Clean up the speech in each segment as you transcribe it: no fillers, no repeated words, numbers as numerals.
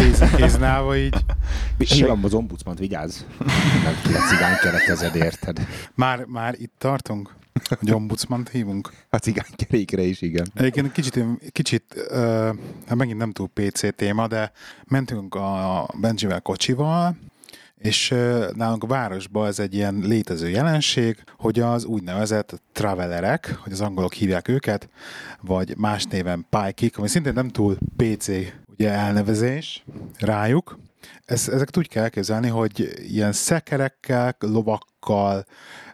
kéználva így. Hívom az ombudsmant, vigyázz. Nem ki a cigánykerekezed, érted? Már itt tartunk? Hogy ombudsmant hívunk? A cigánykerékre is, igen. Egyébként kicsit megint nem túl PC téma, de mentünk a Benjivel kocsival, és nálunk a városban ez egy ilyen létező jelenség, hogy az úgynevezett travelerek, hogy az angolok hívják őket, vagy más néven pálykik, ami szintén nem túl PC ugye elnevezés rájuk. Ezeket úgy kell elképzelni, hogy ilyen szekerekkel, lovakkal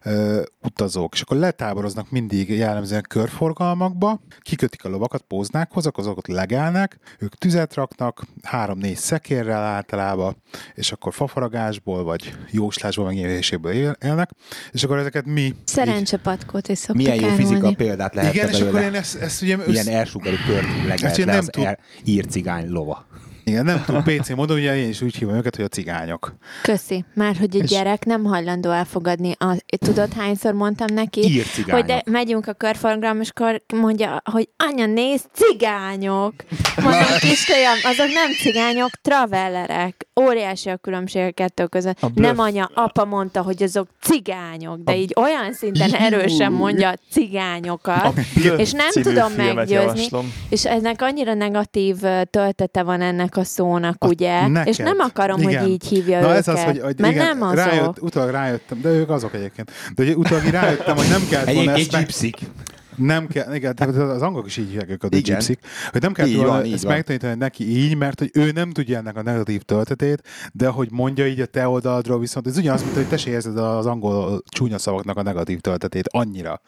utazók, és akkor letáboroznak mindig jellemzően körforgalmakba, kikötik a lovakat póznákhoz, akkor azokat legelnek, ők tüzet raknak, 3-4 szekérrel általában, és akkor fafaragásból, vagy jóslásból, megéléséből élnek, és akkor ezeket mi... Szerencsepatkót is szoktuk milyen jó árulni. fizika példát lehet igen, és belőle. akkor én ezt ugye... Ilyen elsugarú kört legelt le az ír cigány lova. Igen, nem túl PC módon, ugye én is úgy hívom őket, hogy a cigányok. Köszi. Már hogy a gyerek nem hajlandó elfogadni. Tudod, hányszor mondtam neki, hogy de megyünk a körforgalom, és akkor mondja, hogy anya, nézd, cigányok! Mondom, kisfiam, azok nem cigányok, travellerek. Óriási a különbség a kettő között. Nem anya, apa mondta, hogy azok cigányok, de így olyan szinten erősen mondja cigányokat, és nem tudom meggyőzni. És ennek annyira negatív töltete van ennek a szónak, ugye? Neked. És nem akarom, igen. hogy így hívja na, őket. Ez az, hogy mert igen, nem azok. Utólag rájöttem, de ők azok egyébként. De ugye utólag rájöttem, hogy nem kellett volna ezt gypsik. Nem kell, igen, az angolok is így hívják őket, a gypsik, hogy nem kellett volna ezt megtanítani neki így, mert hogy ő nem tudja ennek a negatív töltetét, de hogy mondja így a te oldaladról viszont, ez ugyanaz, mint hogy te se érzed az angol csúnya szavaknak a negatív töltetét annyira.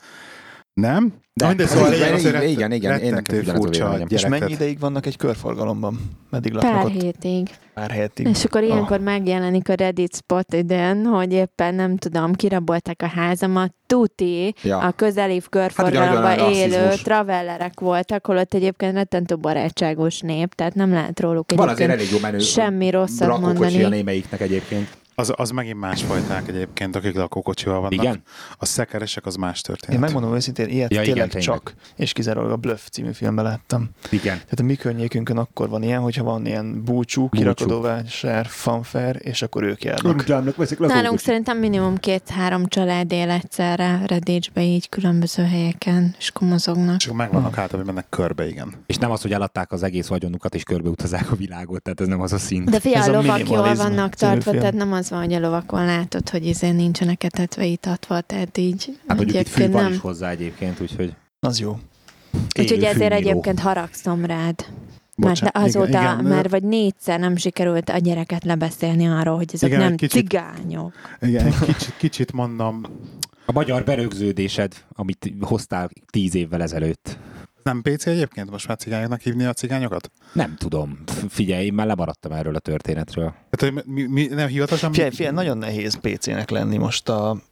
Nem? De mindegy, szóval igen, én nekem furcsa a És mennyi ideig vannak egy körforgalomban? Meddig laknak ott? Pár hétig. És akkor ilyenkor megjelenik a Reddit spot idén, hogy éppen nem tudom, kirabolták a házamat, tuti, a közelév körforgalomban élő travellerek voltak, holott egyébként rettentő barátságos nép, tehát nem lehet róluk egyébként semmi rosszat mondani. A némeiknek egyébként. Az megint másfajták egyébként, akik lakókocsival vannak. Igen? A szekeresek az más történet. Én megmondom őszintén, ilyet tényleg csak, és kizárólag a Bluff című filmben láttam. Igen. Tehát a mi környékünkön akkor van ilyen, hogyha van ilyen búcsú, kirakodóvásár, fanfare, és akkor ők járnak. Nálunk szerintem minimum 2-3 család él egyszerre Redditchbe így különböző helyeken, és mozognak. És megvannak általában, hogy mennek körbe, igen. És nem az, hogy eladták az egész vagyonukat, és körbeutazzák a világot, tehát ez nem az a szint. De figyelj, a lovak jól vannak tartva, tehát nem az van, hogy a lovakon látod, hogy nincsenek etetve, itatva, tehát így... Hát mondjuk itt fű van is hozzá egyébként, úgyhogy... Az jó. Úgyhogy ezért egyébként haragszom rád. Mert azóta már vagy 4-szer nem sikerült a gyereket lebeszélni arról, hogy ezek nem cigányok. Igen, kicsit mondom... A magyar berögződésed, amit hoztál 10 évvel ezelőtt. Nem PC egyébként most már cigányoknak hívni a cigányokat? Nem tudom. Figyelj, én már lemaradtam erről a történetről. Tehát, mi nem hivatalosan... Figyelj, nagyon nehéz PC-nek lenni most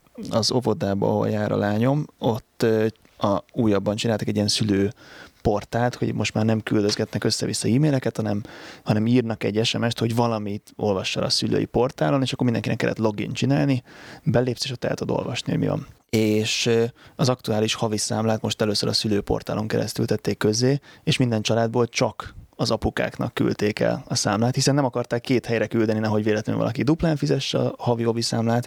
az óvodába, ahol jár a lányom. Ott újabban csináltak egy ilyen szülő portált, hogy most már nem küldözgetnek össze-vissza e-maileket, hanem írnak egy SMS-t, hogy valamit olvassal a szülői portálon, és akkor mindenkinek kellett login csinálni, belépsz, és ott el tudod olvasni, hogy mi van. És az aktuális havi számlát most először a szülőportálon keresztül tették közzé, és minden családból csak az apukáknak küldték el a számlát, hiszen nem akarták 2 helyre küldeni, nehogy véletlenül valaki duplán fizesse a havi számlát.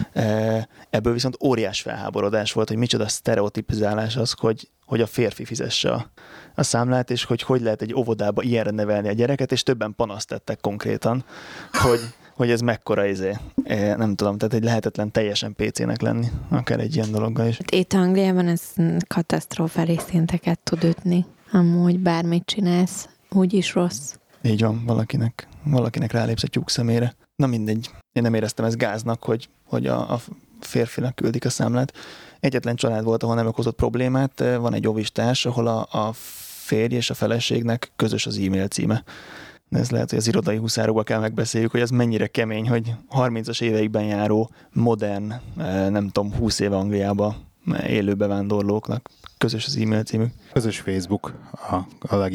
Ebből viszont óriás felháborodás volt, hogy micsoda sztereotipizálás az, hogy a férfi fizesse a számlát, és hogy lehet egy óvodába ilyenre nevelni a gyereket, és többen panaszt tettek konkrétan, hogy ez mekkora nem tudom, tehát egy lehetetlen teljesen PC-nek lenni, akár egy ilyen dologgal is. Itt Angliában ez katasztrofális szinteket tud ütni, amúgy bármit csinálsz, úgyis rossz. Így van, valakinek rálépsz a tyúk szemére. Na mindegy, én nem éreztem ezt gáznak, hogy a férfinak küldik a számlát. Egyetlen család volt, ahol nem okozott problémát, van egy óvistárs, ahol a férj és a feleségnek közös az e-mail címe. De ez lehet, hogy az irodai huszárokba kell megbeszéljük, hogy ez mennyire kemény, hogy 30-as éveikben járó, modern, nem tudom, 20 éve Angliába élő bevándorlóknak közös az e-mail címük. Közös Facebook a legjobb.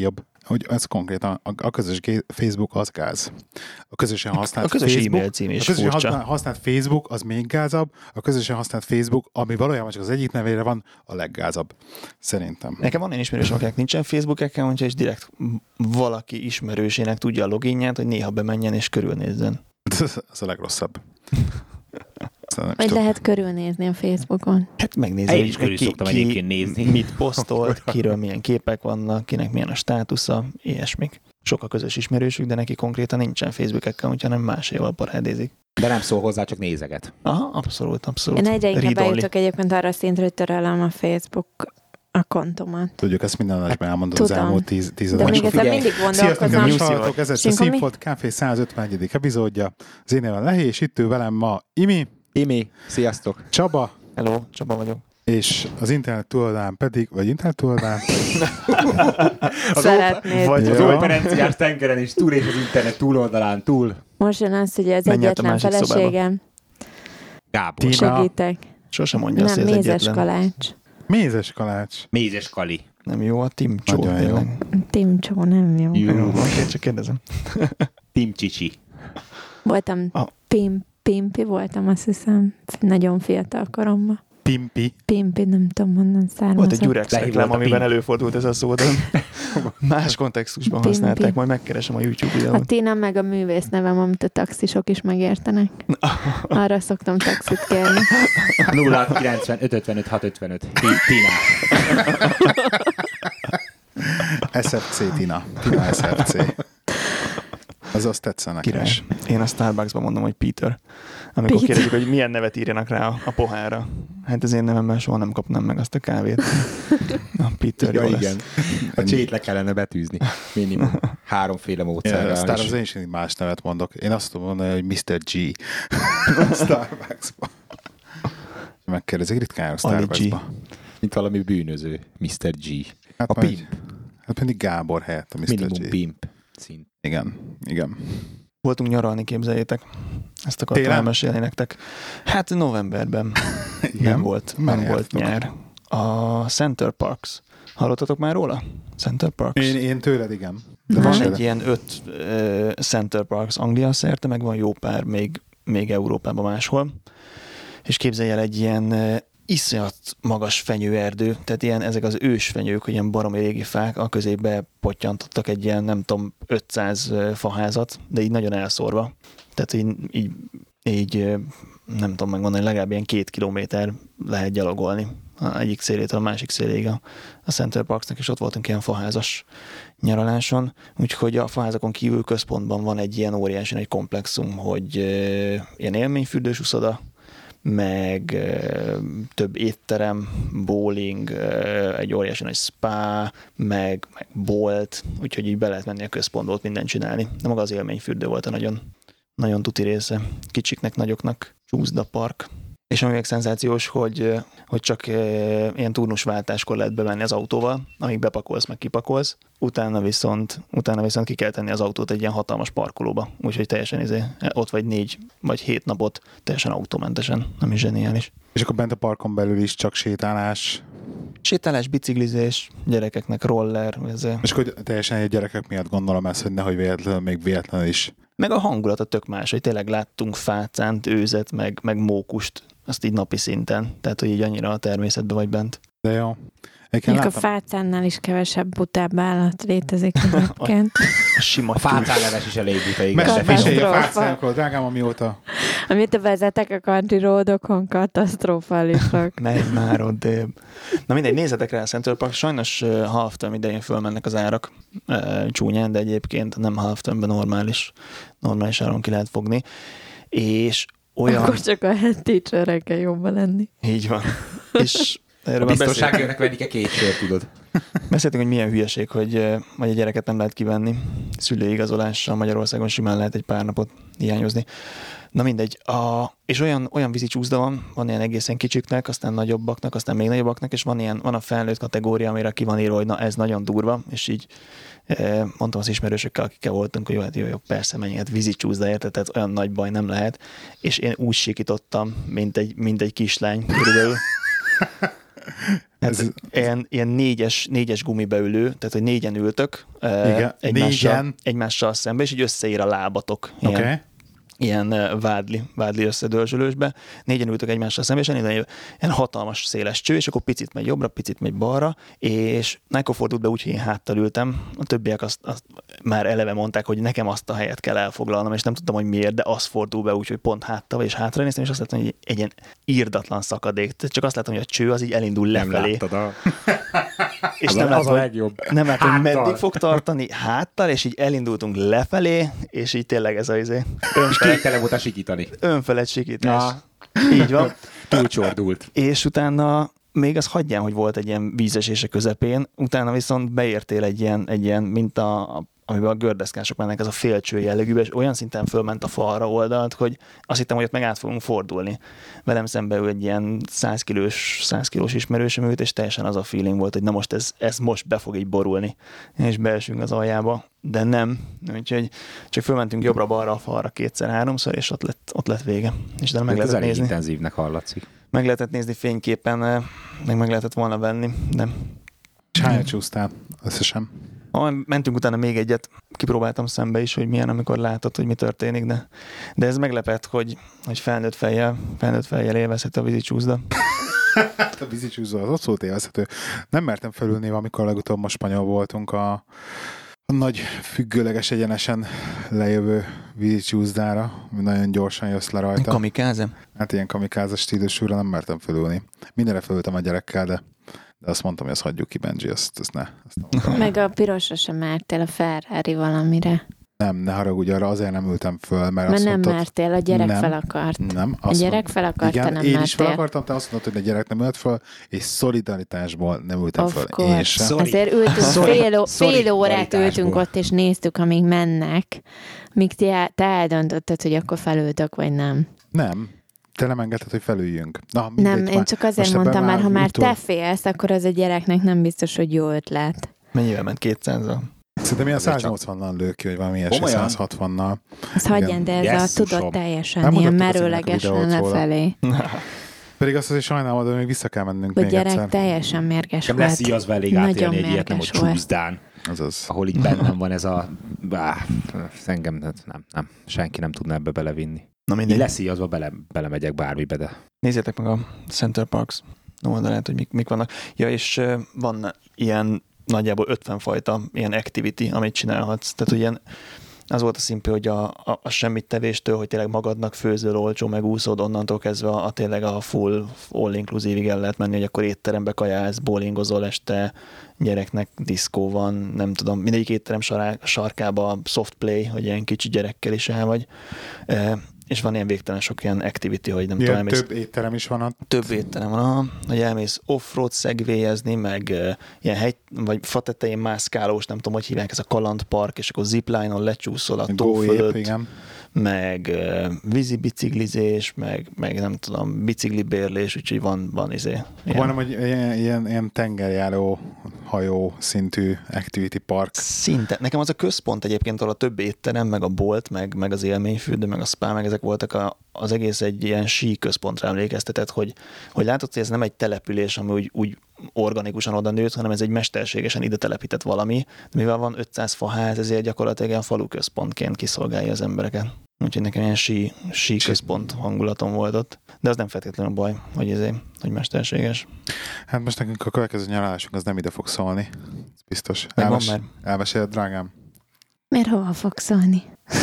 hogy ez konkrétan a közös Facebook az gáz. A közösen használt a közös Facebook, e-mail cím is a közösen furcsa. használt Facebook az még gázabb, a közösen használt Facebook, ami valójában csak az egyik nevére van, a leggázabb. Szerintem. Nekem van olyan ismerős, akinek nincsen Facebook accountja, és direkt valaki ismerősének tudja a loginját, hogy néha bemenjen és körülnézzen. Ez a legrosszabb. Vagy lehet körülnézni a Facebookon. Hát megnézni, Én is körül szoktam egyébként nézni. Mit posztolt, kiről milyen képek vannak, kinek milyen a státusza, ilyesmik. Sok a közös ismerősük, de neki konkrétan nincsen Facebook accountja, hanem máséval parádézik. De nem szól hozzá, csak nézeget. Aha, abszolút. Én egyre inkább eljutok egyébként arra szintre, hogy törölöm a Facebook a kontomat. Tudjuk, ezt minden adásban elmondod az elmúlt 10 De még ezzel mindig gondolkozom. Sziasztok, ez a Színfolt Café 151. epizódja. Az én nevem Lehé, és itt ül velem ma Imi, sziasztok. Csaba. Hello, Csaba vagyok. És az internet túloldalán pedig, vagy internet túloldalán? Szeretnéd. Az operenciás tengeren is túl, és az internet túloldalán túl. Most jön az, hogy az egyetlen feleségem. Gábor. Segítek. Sosem mondja azt, hogy az Mézes egyetlen. Kalács. Mézes Kalács. Mézes Kali. Nem jó a Timcsó. Nagyon jó. Timcsó nem jó. Jó, oké, csak kérdezem. Tim Csicsi. Voltam Pimpi voltam, azt hiszem, nagyon fiatal koromban. Pimpi, nem tudom, honnan származott. Volt egy Durex Lehívott reklám, a amiben Pimp. előfordult ez a szó, de más kontextusban használták, majd megkeresem a YouTube A videót. Tina meg a művész nevem, amit a taxisok is megértenek. Arra szoktam taxit kérni. 0695 55 655. Tina. SFC Tina. Tina SFC. Az azt tetszene nekem Király. is. Én a Starbucksban mondom, hogy Peter. Amikor kérdezik, hogy milyen nevet írjanak rá a pohárra. Hát az én nevemmel soha nem kapnám meg azt a kávét. Na, Peter jó lesz. Igen. A csét le kellene betűzni. Minimum. 3 módszerrel. Aztán az én is más nevet mondok. Én azt tudom mondani, hogy Mr. G. Starbucksban. Megkérdezik, ritkán járok Starbucksba. Mint valami bűnöző. Mr. G. Hát A pimp. Hát mindig Gábor helyett a Mr. Minimum G. pimp szint. Igen. Voltunk nyaralni, képzeljétek. Ezt akartam Télen? elmesélni nektek. Hát novemberben Igen? nem volt nyár. A Center Parks. Hallottatok már róla? Center Parks? Én tőled igen. De van mesélj. egy ilyen 5 Center Parks Anglia szerte, meg van jó pár még Európában máshol. És képzelj el egy ilyen iszonyat magas fenyőerdő, tehát ilyen, ezek az ősfenyők, hogy ilyen baromi régi fák, a közébe pottyantottak egy ilyen, nem tudom, 500 faházat, de így nagyon elszórva. Tehát így nem tudom megmondani, legalább ilyen 2 kilométer lehet gyalogolni egyik szélétől a másik széléig a Center Parksnak, és ott voltunk ilyen faházas nyaraláson, úgyhogy a faházakon kívül központban van egy ilyen óriási nagy komplexum, hogy ilyen élményfürdős uszoda, meg több étterem, bowling, egy óriási nagy spa, meg bolt, úgyhogy így be lehet menni a központba, ott mindent csinálni. De maga az élményfürdő volt a nagyon tuti része. Kicsiknek, nagyoknak, csúszda park. És ami még szenzációs, hogy csak ilyen turnusváltáskor lehet bemenni az autóval, amíg bepakolsz, meg kipakolsz, utána viszont ki kell tenni az autót egy ilyen hatalmas parkolóba, úgyhogy teljesen ott vagy 4 vagy 7 napot teljesen autómentesen, ami zseniális. És akkor bent a parkon belül is csak sétálás. Sétálás, biciklizés, gyerekeknek roller. És akkor teljesen egy gyerekek miatt gondolom ezt, hogy nehogy véletlenül is. Meg a hangulata tök más, hogy tényleg láttunk fácánt, őzet, meg mókust, azt így napi szinten. Tehát, hogy így annyira a természetben vagy bent. De jó. Még a fácánnál is kevesebb butább állat létezik egyébként. A fácánleves is elég buta, igen. Mesélj a fácánkról, drágám, amióta vezetek a country roadokon, katasztrofálisak. Megy már odébb. Na mindegy, nézzetek rá a Center Park. Sajnos half-term idején fölmennek az árak csúnyán, de egyébként nem half-termben normális áron ki lehet fogni. És olyan... Akkor csak a head teacherre kell jobban lenni. Így van. És a biztonságőrnek venni kell 2 sört, tudod. Beszéltünk, hogy milyen hülyeség, hogy a gyereket nem lehet kivenni. Szülői igazolással Magyarországon simán lehet egy pár napot hiányozni. Na mindegy. És olyan vízi csúszda van ilyen egészen kicsiknek, aztán nagyobbaknak, aztán még nagyobbaknak, és van a felnőtt kategória, amire ki van írva, hogy na ez nagyon durva, és így mondtam az ismerősökkel, akikkel voltunk, hogy jó, persze menjünk, vízi csúszda, érted, tehát olyan nagy baj nem lehet. És én úgy sikítottam, mint egy kislány körülbelül. Hát ilyen négyes gumibeülő, tehát hogy négyen ültök egymással szembe, és így összeér a lábatok. Ilyen vádli összedörzsölősbe. Négyen ültök egymással szembe, és ilyen hatalmas széles cső, és akkor picit megy jobbra, picit megy balra, és akkor fordult be úgy, hogy én háttal ültem. A többiek azt már eleve mondták, hogy nekem azt a helyet kell elfoglalnom, és nem tudtam, hogy miért, de az fordul be úgy, hogy pont háttal, és hátra néztem, és azt láttam, hogy egy ilyen írdatlan szakadék. Csak azt láttam, hogy a cső az így elindul lefelé. És nem látom, hogy meddig fog tartani háttal, és így elindultunk lefelé, és így tényleg ez az tele volt a sikítani. Önfelett sikítás. Így van. Túlcsordult. És utána még az hagyján, hogy volt egy ilyen vízesése közepén, utána viszont beértél egy ilyen mint amiben a gördeszkások mennek, ez a félcső jellegűbe, és olyan szinten fölment a falra oldalt, hogy azt hittem, hogy ott meg át fogunk fordulni. Velem szembe egy ilyen 100 kilós ismerősöm ült, és teljesen az a feeling volt, hogy na most ez most be fog így borulni, és beesünk az aljába, de nem. Úgyhogy csak fölmentünk jobbra-balra a falra 2-3-szor, és ott lett vége. És de meg lehetett nézni. Intenzívnek hallatszik. Meg lehetett nézni fényképen, meg lehetett volna venni, de... Csája csúsztál összesen. Mentünk utána még egyet, kipróbáltam szembe is, hogy milyen, amikor látod, hogy mi történik, de ez meglepett, hogy felnőtt fejjel élvezhető a vízicsúszda. A vízicsúszda az abszolút élvezhető. Nem mertem felülni, amikor legutóbb most Spanyol voltunk a nagy függőleges egyenesen lejövő vízicsúszdára, nagyon gyorsan jössz le rajta. Kamikáze? Hát ilyen kamikáze stílusúra nem mertem felülni. Mindenre felültem a gyerekkel, de azt mondtam, hogy azt hagyjuk ki, Benji, azt ne. Meg a pirosra sem mertél, a Ferrari valamire. Nem, ne haragudj, arra azért nem ültem föl, mert azt nem mondtad, mertél, a gyerek fel akart. Nem. A gyerek fel akart, igen, te nem én mertél. is fel akartam, te azt mondtad, hogy a gyerek nem ült föl, és szolidaritásból nem ültem of föl. Én sem. Azért ültünk, fél órát ültünk ott, és néztük, amíg mennek, míg te eldöntötted, hogy akkor felültök, vagy nem. Nem. Te nem engedted, hogy felüljünk. Na, nem, én csak azért mondtam, mert ha már te félsz, akkor az a gyereknek nem biztos, hogy jó ötlet. Mennyivel ment 200-al? Szerintem ilyen 180-nal lő ki, hogy valami ilyesmi 160-nal. Azt hagyján, de ez tudod teljesen ilyen merőlegesen lefelé. Pedig azt azért sajnálom, de még vissza kell mennünk még egyszer. A gyerek teljesen mérges volt. Nem lesz így az elég átélni egy ilyet, nem, hogy csúszdán. Ahol így bennem van ez a... engem nem. Senki nem tudna ebbe belevinni. Na mindegy. Lesz így azba belemegyek bármibe, de... Nézzétek meg a Center Parks oldalát, hogy mik vannak. Ja, és van ilyen nagyjából 50 fajta ilyen activity, amit csinálhatsz. Tehát ilyen az volt a szimplő, hogy a semmit tevéstől, hogy tényleg magadnak főzöl, olcsó, megúszod, onnantól kezdve tényleg a full all-inclusive-ig el lehet menni, hogy akkor étterembe kajálsz, bowlingozol este, gyereknek diszkó van, nem tudom, mindegyik étterem sarkába soft play, hogy ilyen kicsi gyerekkel is el vagy. És van ilyen végtelen sok ilyen activity, hogy nem tudom, elmész... Több étterem is van. Több étterem van, hogy elmész off-road szegvélyezni, meg ilyen hegy, vagy fa tetején mászkálós, nem tudom, hogy hívják, ez a kalandpark, és akkor zipline-on lecsúszol a tó fölött, meg vízi biciklizés, meg nem tudom, biciklibérlés, úgyhogy van izé. Van, hogy ilyen tengerjáró hajó szintű activity park. Szinte. Nekem az a központ egyébként, ahol a több étterem, meg a bolt, meg az élményfürdő, meg a spa, meg ezek voltak az egész egy ilyen sí központra emlékeztetett, hogy látod, hogy ez nem egy település, ami úgy organikusan oda nőtt, hanem ez egy mesterségesen ide telepített valami, de mivel van 500 faház, ezért gyakorlatilag ilyen falu központként kiszolgálja az embereket. Úgyhogy nekem ilyen sí központ hangulatom volt ott. De az nem feltétlenül baj, hogy mesterséges. Hát most nekünk a következő nyaralásunk az nem ide fog szólni. Biztos. Elmeséled, drágám? Miért hova fog szólni?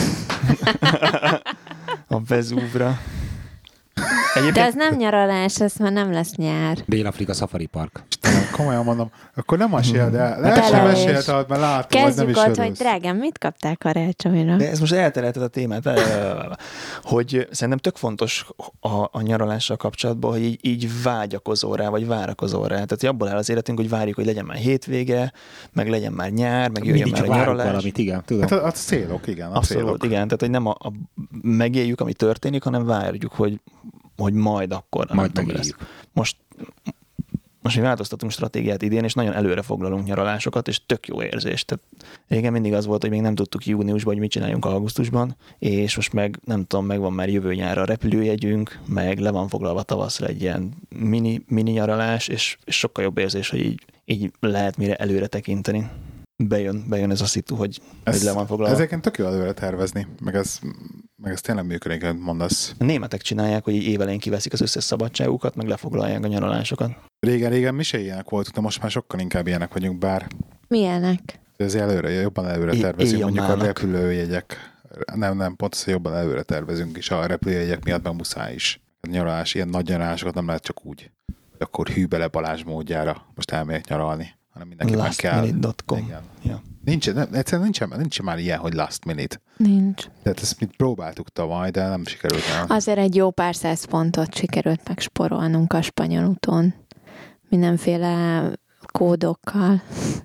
A Vezúvra. De ez nem nyaralás, ez már nem lesz nyár. Dél-Afrika Safari Park. Istenem, komolyan mondom, akkor nem meséld el. Le sem mesélt, ahogy már látom, kezdjük hogy nem is ott, hogy drágám, mit kaptál karácsonyra? De ez most elterelted a témát. Hogy szerintem tök fontos a nyaralással kapcsolatban, hogy így vágyakozol rá, vagy várakozol rá. Tehát abból áll az életünk, hogy várjuk, hogy legyen már hétvége, meg legyen már nyár, meg jöjjön már a nyaralás. Valamit, igen, tudom. Hát a célok, igen. Abszolút, célok. igen. Tehát, hogy nem megéljük, ami történik, hanem várjuk, hogy majd akkor. Majd megéljük. Most most mi változtatunk stratégiát idén, és nagyon előre foglalunk nyaralásokat, és tök jó érzés. Tehát régen mindig az volt, hogy még nem tudtuk júniusban, hogy mit csináljunk augusztusban, és most meg nem tudom, megvan már jövő nyárra a repülőjegyünk, meg le van foglalva tavaszra egy ilyen mini nyaralás, és sokkal jobb érzés, hogy így lehet mire előre tekinteni. Bejön ez a szitu, hogy le van foglalva. Ezeken tök jó előre tervezni, meg ez tényleg működik, hogy mondasz. A németek csinálják, hogy évelején kiveszik az összes szabadságukat, meg lefoglalják a nyaralásokat. Régen mi se ilyenek voltunk, de most már sokkal inkább ilyenek vagyunk, bár... Milyenek? Ez jobban előre tervezünk, mondjuk a repülőjegyek. Nem, pont az, hogy jobban előre tervezünk, és a repülőjegyek miatt meg muszáj is. A nyaralás, ilyen nagy nyaralásokat nem lehet csak úgy, hogy akkor hű bele Balázs módjára, most elmegyek nyaralni, hanem mindenkinek kell. Lastminute.com. Ja. Egyszerűen nincs már ilyen, hogy last minute. Nincs. Tehát ezt mi próbáltuk tavaly, de nem sikerült el. Azért egy jó pár száz pontot sikerült megsporolnunk a spanyol úton. Mindenféle kódokkal.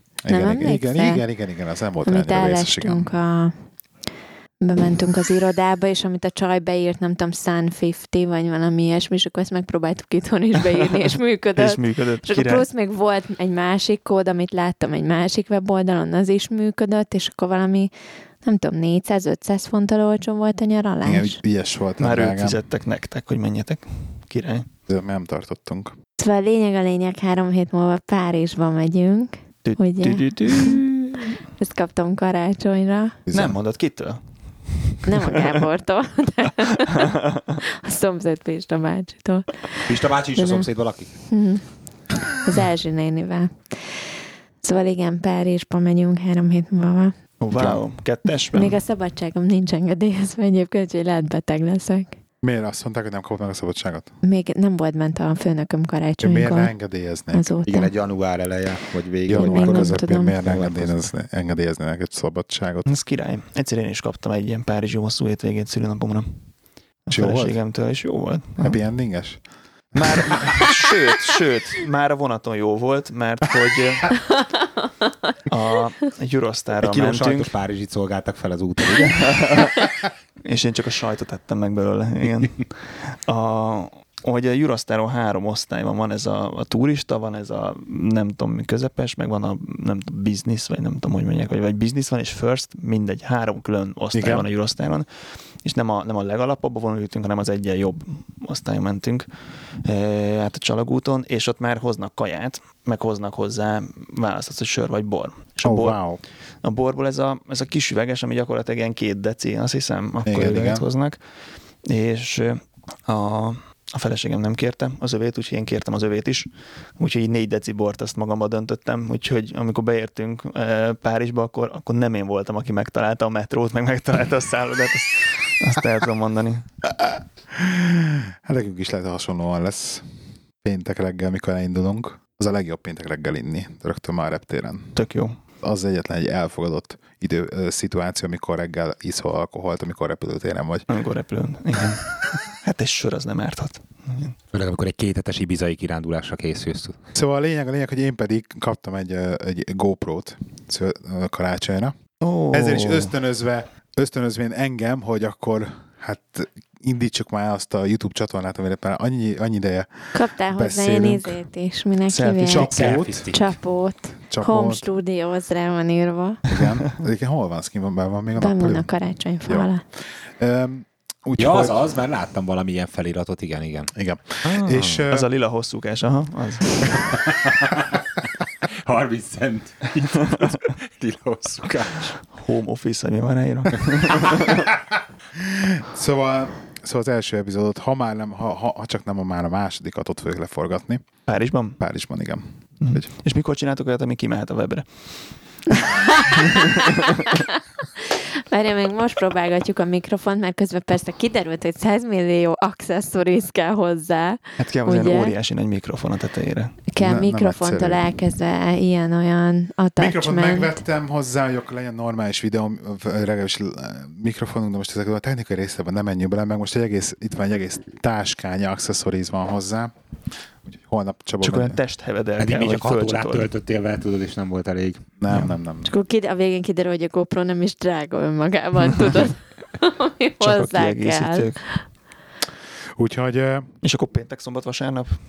Igen, az nem volt annyira vészes, igen. Bementünk az irodába, és amit a csaj beírt, nem tudom, Sun 50, vagy valami ilyesmi, és akkor ezt megpróbáltuk itthon is beírni, és működött. És akkor plusz még volt egy másik kód, amit láttam egy másik weboldalon, az is működött, és akkor valami, nem tudom, 400-500 fonttal olcsó volt a nyaralás. Igen, ügyes volt. Már ők fizettek nektek, hogy menjetek. Király. De nem tartottunk. Szóval a lényeg 3 hét múlva Párizsba megyünk. Ugye? Ezt kaptam karácsonyra. Nem mondod kitől? Nem a Gábortól, de a szomszéd Pista bácsitól. Pista bácsi is a szomszéd valaki? Az Erzsi nénivel. Szóval igen, Párizsba megyünk 3 hét múlva. Wow, 2-esben? Még a szabadságom nincs engedélyezve egyébként, hogy lehet beteg leszek. Miért azt mondták, hogy nem kapott meg a szabadságot? Még nem volt ment a főnököm karácsonykor. Miért ne engedélyeznék? Igen, egy január eleje, vagy vége. Jó, mikor közepén miért ne engedélyeznének egy szabadságot? Ez király. Egyszer én is kaptam egy ilyen párizsi hosszú hétvégét szülőnapomra. A feleségemtől, és jó volt. Happy endinges? Már, sőt, már a vonaton jó volt, mert hogy a Eurostarra mentünk. Sajtos Párizsit szolgáltak fel az úton, ugye? És én csak a sajtot ettem meg belőle, igen. Hogy a Eurostaron 3 osztály van ez a turista, van ez a nem tudom, közepes, meg van a nem tudom, business, vagy nem tudom, hogy mondják, vagy business van, és first, mindegy, 3 külön osztály igen. Van a Eurostaron, és nem a legalapabb vonultunk, hanem az egyen jobb osztályon mentünk át a Csalagúton, és ott már hoznak kaját, meg hoznak hozzá választhatsz, hogy sör vagy bor. És a borból ez a kis üveges, ami gyakorlatilag ilyen 2 deci, azt hiszem, akkor üveget hoznak, és a feleségem nem kérte az övét, úgyhogy én kértem az övét is. Úgyhogy így 4 deci bort azt magamba döntöttem. Úgyhogy amikor beértünk Párizsba, akkor nem én voltam, aki megtalálta a metrót, meg megtalálta a szállodát. Azt el tudom mondani. Hát nekünk is lehet hasonlóan lesz péntek reggel, mikor elindulunk. Az a legjobb péntek reggel inni, rögtön már a reptéren. Tök jó. Az egyetlen egy elfogadott szituáció, amikor reggel iszol alkoholt, amikor repülőtéren vagy. Amikor repülőn, igen. Hát egy sör az nem árthat. Főleg amikor egy 2 hetes ibizai kirándulásra készülsz. Szóval a lényeg, hogy én pedig kaptam egy GoPro-t karácsonyra. Ezzel is ösztönözvén engem, hogy akkor hát indítsuk már azt a YouTube csatornát, amire már annyi ideje kaptál hozzá én izét is, minek hívják? Csapót. Home Studios rá van írva. Igen, hol van? Szkin van még a nappal? Van a karácsonyfa alatt. Az, mert láttam valamilyen feliratot, igen. És, az a lila hosszúkás, aha, az. 30 cent. Lila hosszúkás. Home office, ami van ráírva. Szóval az első epizódot, ha csak nem már a másodikat ott fogjuk leforgatni. Párizsban? Párizsban, igen. És mikor csináltok olyat, ami kimehet a webre? Várja, még most próbálgatjuk a mikrofont, mert közben persze kiderült, hogy 100 millió accessories kell hozzá. Hát kell hozzá óriási nagy mikrofon a tetejére. Kell mikrofontól elkezdve ilyen attachment. Mikrofont megvettem hozzá, hogy akkor legyen normális videó, legalábbis mikrofonunk, de most ezekben a technikai részében nem menjünk bele, meg most itt van egy egész táskánya accessories van hozzá. Úgyhogy holnap Csaba... Csak olyan testhevedel kell, hogy csak 6 órát töltöttél vele, tudod, és nem volt elég. Nem. Csak akkor a végén kiderül, hogy a GoPro nem is drága önmagában, tudod, ami hozzá kell. Úgyhogy... És akkor péntek, szombat, vasárnap?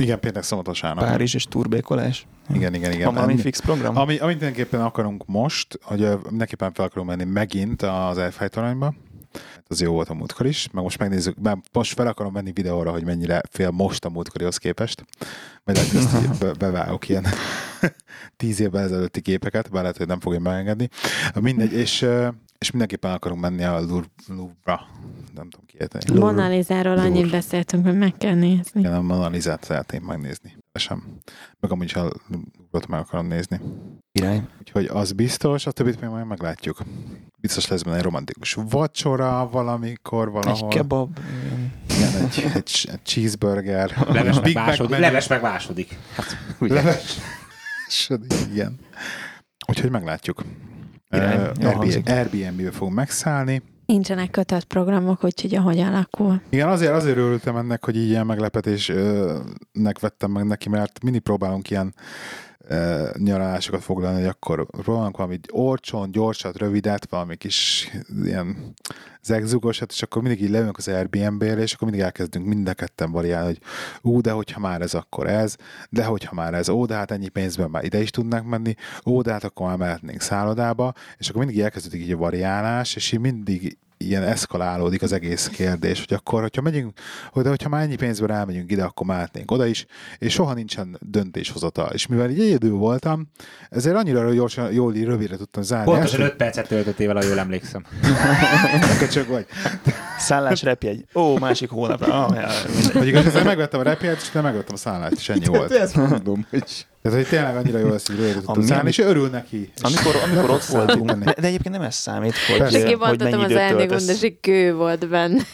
Igen, péntek szombatosánap. Párizs és turbékolás. Igen. Van valami fix program? Amit mindenképpen akarunk most, hogy mindenképpen fel akarunk menni megint az Elfály toronyba. Az jó volt a múltkor is, meg most megnézzük, most fel akarom venni videóra, hogy mennyire fél most a múltkorihoz képest. Majd lehet, hogy ezt bevágok ilyen 10 évvel ezelőtti képeket, bár lehet, hogy nem fogja megengedni. Mindegy, és mindenképpen akarunk menni a Louvre-ra. Nem tudom ki érteni. Mona Lisáról annyit beszéltünk, hogy meg kell nézni. Igen, a Mona Lisát szeretném megnézni. Meg amúgy is a Louvre-ot meg akarom nézni. Irány. Úgyhogy az biztos, a többit még majd meglátjuk. Biztos lesz benne egy romantikus vacsora valamikor, valahol. Egy kebab. Igen, egy cheeseburger. Leves meg második. Hát, leves. Igen. Úgyhogy meglátjuk. Airbnb-be fogunk megszállni. Nincsenek kötött programok, úgyhogy ahogy alakul. Igen, azért örültem ennek, hogy így ilyen meglepetésnek vettem meg neki, mert mindig próbálunk ilyen nyaralásokat foglalni, hogy akkor próbálunk valami olcsón, gyorsat, rövidet, valami kis ilyen zegzugosat, és akkor mindig így leülünk az Airbnb-re, és akkor mindig elkezdünk mind a ketten variálni, hogy de hogyha már ez, akkor ez, de hogyha már ez, de hát ennyi pénzben már ide is tudnánk menni, de hát akkor már mehetnénk szállodába, és akkor mindig elkezdődik így a variálás, és így mindig ilyen eszkalálódik az egész kérdés, hogy akkor, hogyha megyünk, de hogyha már ennyi pénzben elmegyünk ide, akkor mehetnénk oda is, és soha nincsen döntéshozatal. És mivel így egyedül voltam, ezért annyira jól rövidre tudtam zárni. Pontosan 5 percet töltöttél vele, jól emlékszem. Csak vagy. Szállás repjegy. Másik hónapra. Vagy igaz, megvettem a repjegyet, és megvettem a szállást, és ennyi volt. Ezt mondom, hogy... Tehát, hogy tényleg annyira jól ezt így rövidre tudtam szállni, és örül neki. Amikor ott voltunk, de egyébként nem ez számít, hogy mennyi időt töltesz. az ajándékon, de egy kő volt benne.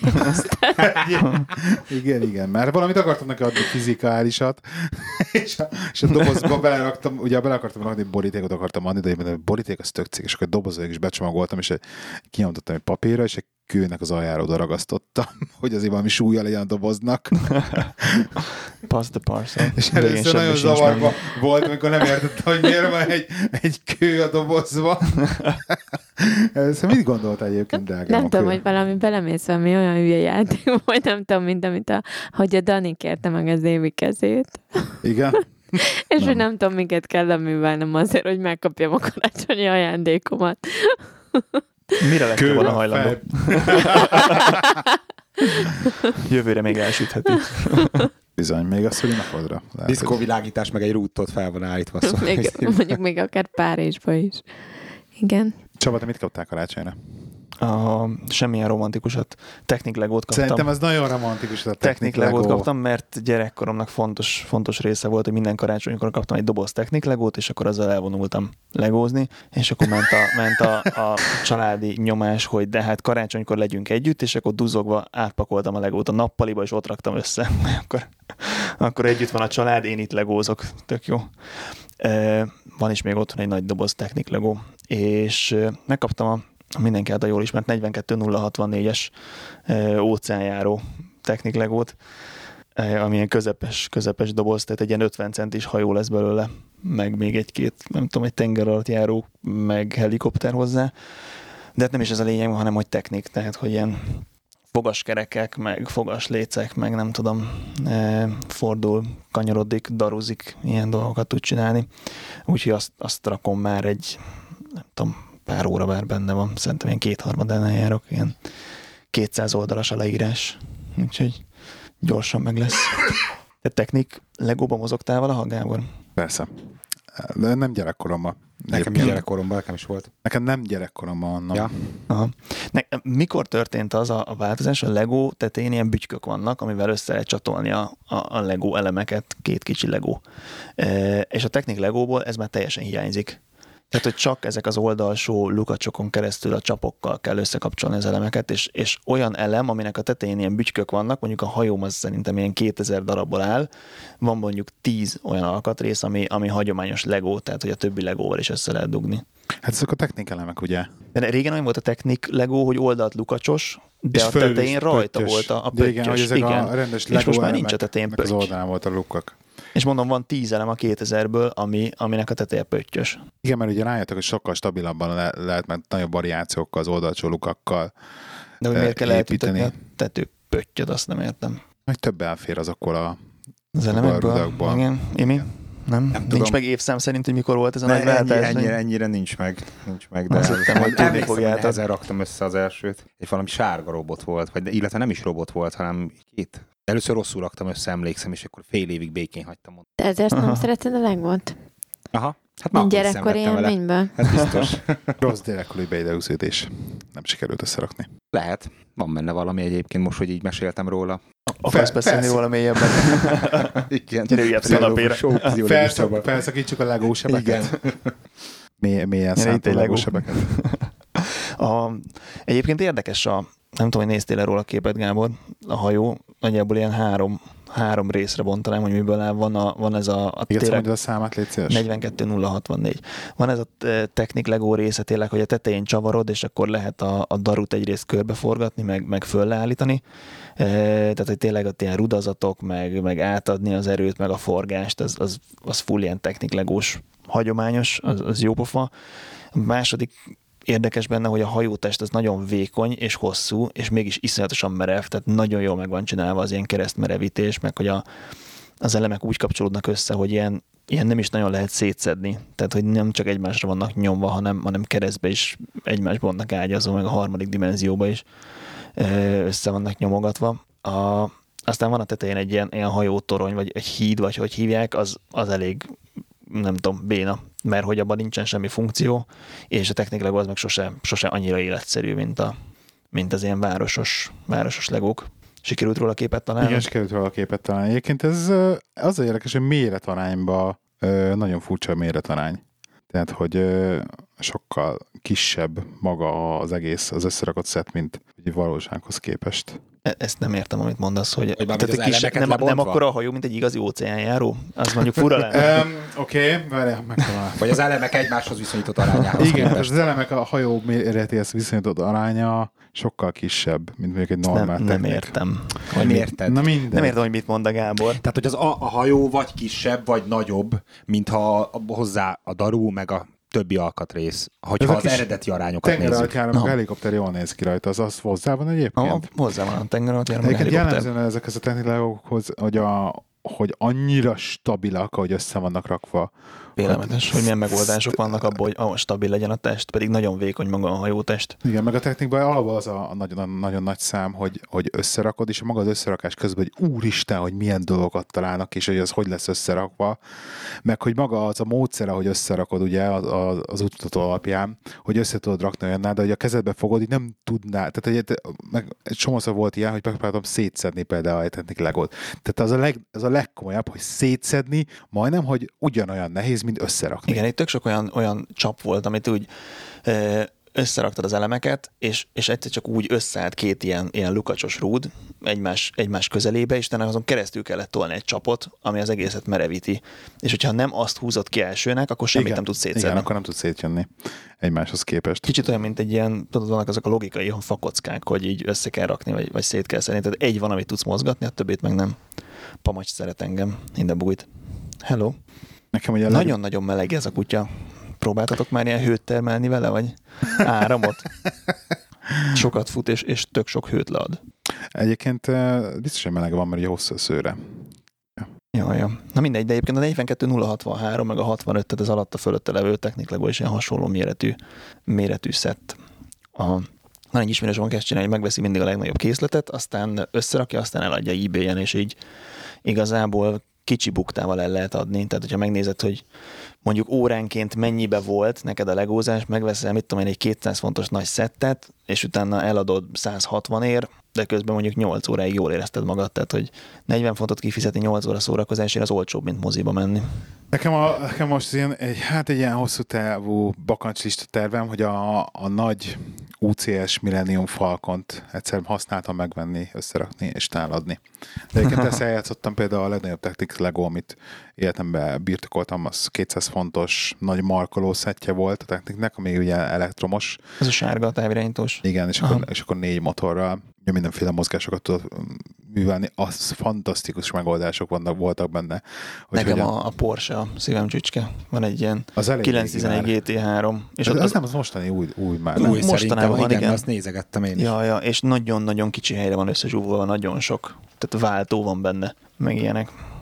Igen, mert valamit akartam neki adni fizikálisat, és a dobozba beleraktam, ugye bele akartam rakni, borítékot akartam adni, de a boríték az tök cég, és akkor a dobozba is becsomagoltam, és kinyomtattam egy papírra, és egy kőnek az aljára oda ragasztottam, hogy azért valami súlya legyen a doboznak. Pass the parcel. És először nagyon zavarba volt, amikor nem értettem, hogy miért van egy kő a dobozba. Szóval mit gondoltál egyébként, drágám? Nem tudom, hogy valami belemész valami olyan hülye játék, vagy nem tudom, mint hogy a Dani kérte meg az Évi kezét. Igen? És hogy nem tudom, miket kell művelnem azért, hogy megkapjam a karácsonyi ajándékomat. Mire lett volna hajlandó? Jövőre még elsütheti. Bizony, még a szülinapodra. Diszkóvilágítás meg egy rútot fel van állítva. Szóval mondjuk még akár Párizsba is. Igen. Csaba, te mit kaptál karácsonyra? Semmilyen romantikusat. Technic Legót kaptam. Szerintem ez nagyon romantikus a Technic Legót kaptam, mert gyerekkoromnak fontos része volt, hogy minden karácsonykor kaptam egy doboz Technic Legót, és akkor azzal elvonultam legózni, és akkor ment a családi nyomás, hogy de hát karácsonykor legyünk együtt, és akkor duzzogva átpakoltam a Legót a nappaliba, és ott raktam össze. Akkor együtt van a család, én itt legózok. Tök jó. Van is még otthon egy nagy doboz Technic Legó, és megkaptam mindenki által jól ismert 42064-es óceánjáró Technic Legót, ami ilyen közepes doboz, tehát egy ilyen 50 centis hajó lesz belőle, meg még egy-két, nem tudom, egy tenger alatt járó, meg helikopter hozzá. De hát nem is ez a lényeg, hanem hogy Technic, tehát hogy ilyen fogaskerekek, meg fogaslécek, meg nem tudom, fordul, kanyarodik, daruzik, ilyen dolgokat tud csinálni. Úgyhogy azt rakom már egy, nem tudom, pár óra már benne van, szerintem ilyen 2/3-án járok, ilyen 200 oldalas a leírás, úgyhogy gyorsan meg lesz. Te Technic Legóba mozogtál valaha, Gábor? Persze. De nem gyerekkoromban. Nekem is volt. Nekem nem gyerekkoromban. Ja. Aha. Mikor történt az a változás? A Legó tetején ilyen bütykök vannak, amivel össze lehet csatolni a Legó elemeket, 2 kicsi Legó. És a Technic Legóból ez már teljesen hiányzik. Tehát, hogy csak ezek az oldalsó lukacsokon keresztül a csapokkal kell összekapcsolni az elemeket, és olyan elem, aminek a tetején ilyen bütykök vannak, mondjuk a hajóm az szerintem ilyen 2000 darabból áll, van mondjuk 10 olyan alkatrész, ami hagyományos Legó, tehát hogy a többi Legóval is össze lehet dugni. Hát ezek a Technic elemek, ugye? De régen olyan volt a Technic Legó, hogy oldalt lukacsos, de a tetején rajta volt a pöttyös. Igen, hogy ezek a rendes Legó és most már nincs a tetején pötty. Az oldalán volt a lukak. És mondom, van 10 elem a 2000-ből, aminek a teteje pöttyös. Igen, mert ugye rájöttek, hogy sokkal stabilabban lehet meg nagyobb variációkkal, az oldalsó lukakkal. De hogy miért kell eltűntetni a tető pöttyöt, azt nem értem. Hogy több elfér azokkal a Az elemekből? Igen. Imi? Nem nincs meg évszám szerint, hogy mikor volt ez a nagy váltás? Ennyire nincs meg, de nehezen raktam össze az elsőt. Egy valami sárga robot volt, illetve nem is robot volt, hanem két. Először rosszul raktam össze, emlékszem, és akkor fél évig békén hagytam ott. De ezért nem szereted a Legot? Aha. Hát mint gyerekkori élményből. Ez biztos. Rossz gyerekkori beidegződés. Nem sikerült összerakni. Lehet. Van benne valami egyébként most, hogy így meséltem róla. Akarsz beszélni valami mélyebben? Igen. Gyere üljebb kanapéra. Felszakítsuk a Lego sebeket. Igen. Mélyen szánta a Lego sebeket. Egyébként érdekes nem tudom, hogy néztél róla a képet, Gábor, a hajó, nagyjából ilyen három részre bontanám, hogy miből áll. Van ez a tényleg, a számát légy szíves. 42064. Van ez a Technic Lego része tényleg, hogy a tetején csavarod, és akkor lehet a darut egyrészt körbeforgatni, meg fölleállítani. Tehát, hogy tényleg ott ilyen rudazatok, meg átadni az erőt, meg a forgást, az full ilyen Technic Legós hagyományos, az jó pofa. A második érdekes benne, hogy a hajótest az nagyon vékony és hosszú, és mégis iszonyatosan merev, tehát nagyon jól meg van csinálva az ilyen keresztmerevítés, meg hogy az elemek úgy kapcsolódnak össze, hogy ilyen nem is nagyon lehet szétszedni. Tehát, hogy nem csak egymásra vannak nyomva, hanem keresztbe is egymásban vannak ágyazva, meg a harmadik dimenzióba is össze vannak nyomogatva. Aztán van a tetején egy ilyen hajótorony, vagy egy híd, vagy hogy hívják, az elég, nem tudom, béna, mert hogy abban nincsen semmi funkció, és a Technic Lego az meg sose annyira életszerű, mint az ilyen városos legók. Sikerült róla képet találni? Igen, sikerült róla képet találni. Egyébként ez az érdekes, hogy méretarányban nagyon furcsa a méretarány. Tehát, hogy sokkal kisebb maga az egész, az összerakott szett, mint egy valósághoz képest. Ezt nem értem, amit mondasz, hogy nem akkora a hajó, mint egy igazi óceánjáró? Az mondjuk fura lenne. Oké, várjál, megtalálom. Vagy az elemek egymáshoz viszonyított arányához. Igen, az elemek a hajó méretéhez viszonyított aránya sokkal kisebb, mint mondjuk egy normál Nem értem. Hogy érted? Nem értem, hogy mit mond a Gábor. Tehát, hogy a hajó vagy kisebb, vagy nagyobb, mintha hozzá a daru, meg a többi alkatrész, hogyha az eredeti arányokat nézzük. Tengeralattjáró, a helikopter jól néz ki rajta, az hozzá van egyébként? Hozzá van a tengeralattjáró, meg a helikopter. Jellemzően ezekhez a techniklágokhoz, hogy annyira stabilak, ahogy össze vannak rakva. Vélemetes, hogy milyen megoldások vannak abból, hogy stabil legyen a test, pedig nagyon vékony maga a hajótest. Igen, meg a technikban alapban az a nagyon nagy szám, hogy összerakod, és maga az összerakás közben, hogy úristen, hogy milyen dolgokat találnak, és hogy az hogy lesz összerakva, meg hogy maga az a módszer, hogy összerakod ugye az útmutató alapján, hogy össze tudod rakni olyannál, de hogy a kezedbe fogod, így nem tudná, tehát egy csomószor volt ilyen, hogy megpróbáltam szétszedni például egy Technic Legót. Tehát az a legkomolyabb, hogy szétszedni, majdnem, hogy ugyanolyan nehéz, mint összerakni. Igen, itt tök sok olyan csap volt, amit úgy összeraktad az elemeket, és egyszer csak úgy összeállt két ilyen lukacsos rúd egymás közelébe, és utána azon keresztül kellett tolni egy csapot, ami az egészet merevíti. És hogyha nem azt húzott ki elsőnek, akkor semmit nem tudsz szétszedni. Igen, akkor nem tudsz szétjönni egymáshoz képest. Kicsit olyan, mint egy ilyen, tudod, vannak azok a logikai fakockák, hogy így össze kell rakni, vagy szét kell szedni. Tehát egy van, amit tudsz mozgatni, a többét meg nem. Pamacs szeret engem, minden bújt. Hello. Nagyon-nagyon meleg ez a kutya. Próbáltatok már ilyen hőt termelni vele, vagy áramot? Sokat fut, és tök sok hőt lead. Egyébként biztos, hogy meleg van, mert ugye hosszú a szőre. Ja. Na mindegy, de egyébként a 42063 meg a 65, tehát az alatta fölötte levő Technic Lego is ilyen hasonló méretű szett. Van egy ismerősöm, kezd csinálni, hogy megveszi mindig a legnagyobb készletet, aztán összerakja, aztán eladja eBay-en, és így igazából kicsi buktával el lehet adni. Tehát, hogyha megnézed, hogy mondjuk óránként mennyibe volt neked a legózás, megveszel, mit tudom én, egy 200 fontos nagy szettet, és utána eladod 160 ér, de közben mondjuk 8 óráig jól érezted magad, tehát, hogy 40 fontot kifizetni 8 óra szórakozásért az olcsóbb, mint moziba menni. Nekem most egy ilyen hosszú távú bakancslista tervem, hogy a nagy UCS Millennium Falcont egyszer használtam megvenni, összerakni és táladni. De egyébként ezt eljátszottam például a legnagyobb Technic Lego, amit életemben birtokoltam, az 200 fontos nagy markoló szettje volt a Technicnek, ami ugye elektromos. Ez a sárga távirányítós. Igen, és akkor 4 motorral mindenféle mozgásokat tudod művelni. Az fantasztikus megoldások voltak benne. Nekem a Porsche a szívem csücske. Van egy ilyen 911 GT3. És az nem az mostani új már. Új mostanában van, igen. Azt nézegettem én is. Ja, és nagyon-nagyon kicsi helyre van összezsúvolva, nagyon sok. Tehát váltó van benne, meg ilyenek.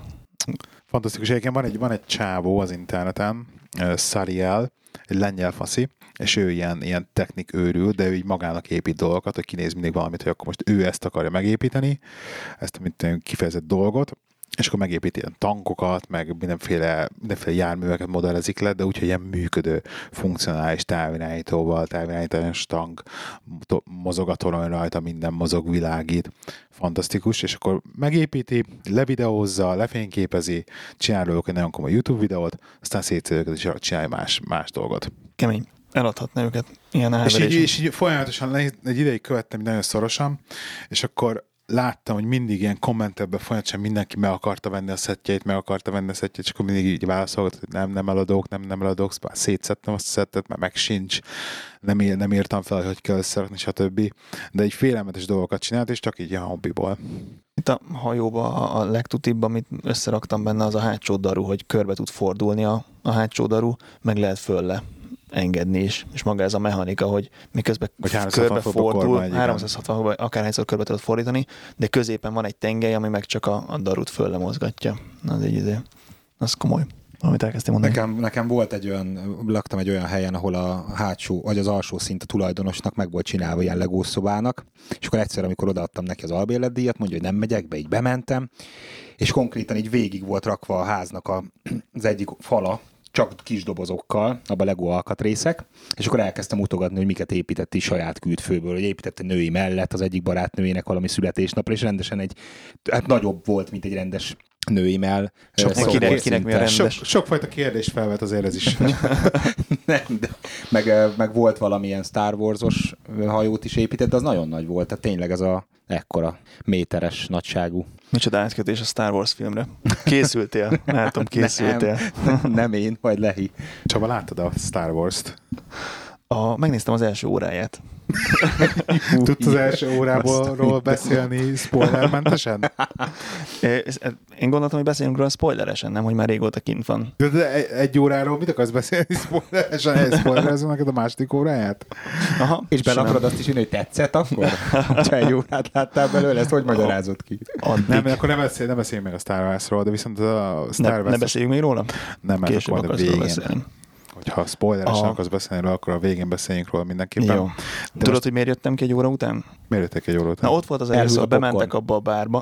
Fantasztikus. Egyébként van egy csávó az interneten, Sariel, egy lengyel faszi, és ő ilyen technik őrül, de ő így magának épít dolgokat, hogy kinéz mindig valamit, hogy akkor most ő ezt akarja megépíteni, ezt a kifejezett dolgot, és akkor megépít ilyen tankokat, meg mindenféle járműveket modellezik le, de úgyhogy ilyen működő, funkcionális távirányítóval, távirányítás tank, mozog a torony rajta, minden mozog, világít. Fantasztikus, és akkor megépíti, levideózza, lefényképezi, csinál róluk egy nagyon komoly YouTube videót, aztán szétszél őket, és csinálja más dolgot. Kemény. Eladhatna őket ilyen és így folyamatosan egy ideig követtem nagyon szorosan, és akkor láttam, hogy mindig ilyen kommentekben folyamatosan mindenki meg akarta venni a szettjeit, és akkor mindig így válaszolgat, hogy nem eladók, már szétszettem azt a szettet, mert meg sincs, nem írtam fel, hogy kell összerakni, stb. De egy félelmetes dolgokat csinált, és csak így a hobbiból. Itt a hajóban a legtutibb, amit összeraktam benne, az a hátsó daru, hogy körbe tud fordulni a hátsó daru, meg lehet fölle engedni is, és maga ez a mechanika, hogy miközben körbe fordul, 360 akárhányszor körbe tudod fordítani, de középen van egy tengely, ami meg csak a darut fölle mozgatja. Az egy idő. Az komoly. Amit elkezdtem mondani. Nekem volt laktam egy olyan helyen, ahol a hátsó, vagy az alsó szint a tulajdonosnak meg volt csinálva ilyen legószobának, és akkor egyszer, amikor odaadtam neki az albérletdíjat, mondja, hogy nem megyek be, így bementem, és konkrétan így végig volt rakva a háznak az egyik fala, csak kis dobozokkal, abban Lego alkatrészek, és akkor elkezdtem utogatni, hogy miket épített is saját kültfőből, hogy építette női mellett az egyik barátnőjének valami születésnapra, és rendesen nagyobb volt, mint egy rendes női mell. Kinek mi a rendes? Sokfajta kérdést felvet azért ez is. Nem, de meg volt valamilyen Star Wars-os hajót is épített, de az nagyon nagy volt, tehát tényleg ez a ekkora méteres nagyságú. Micsoda átkötés a Star Wars filmre. Készültél? Látom, készültél. Nem én, majd Lehi. Csaba, láttad a Star Wars-t? Megnéztem az első óráját. Tudsz az első órából beszélni spoilermentesen? Én gondoltam, hogy beszélünk róla spoileresen, nem, hogy már régóta kint van. De egy óráról mit akarsz beszélni spoileresen? Spoilerezem neked a második óráját? Aha, és bele akarod azt is írni, hogy tetszett akkor? Ha egy órát láttál belőle, ezt hogy magyarázod ki? Nem, akkor nem beszéljünk meg a Star Wars-ról, de viszont a Star Wars... Ne beszéljünk még róla? Nem, mert akkor majd a végén. Hogyha spoileresen akarsz beszélni róla, akkor a végén beszéljünk róla mindenképpen. Jó. Tudod, hogy miért jöttem ki egy óra után? Miért jöttek egy óra után? Na, ott volt az először, bementek abba a bárba.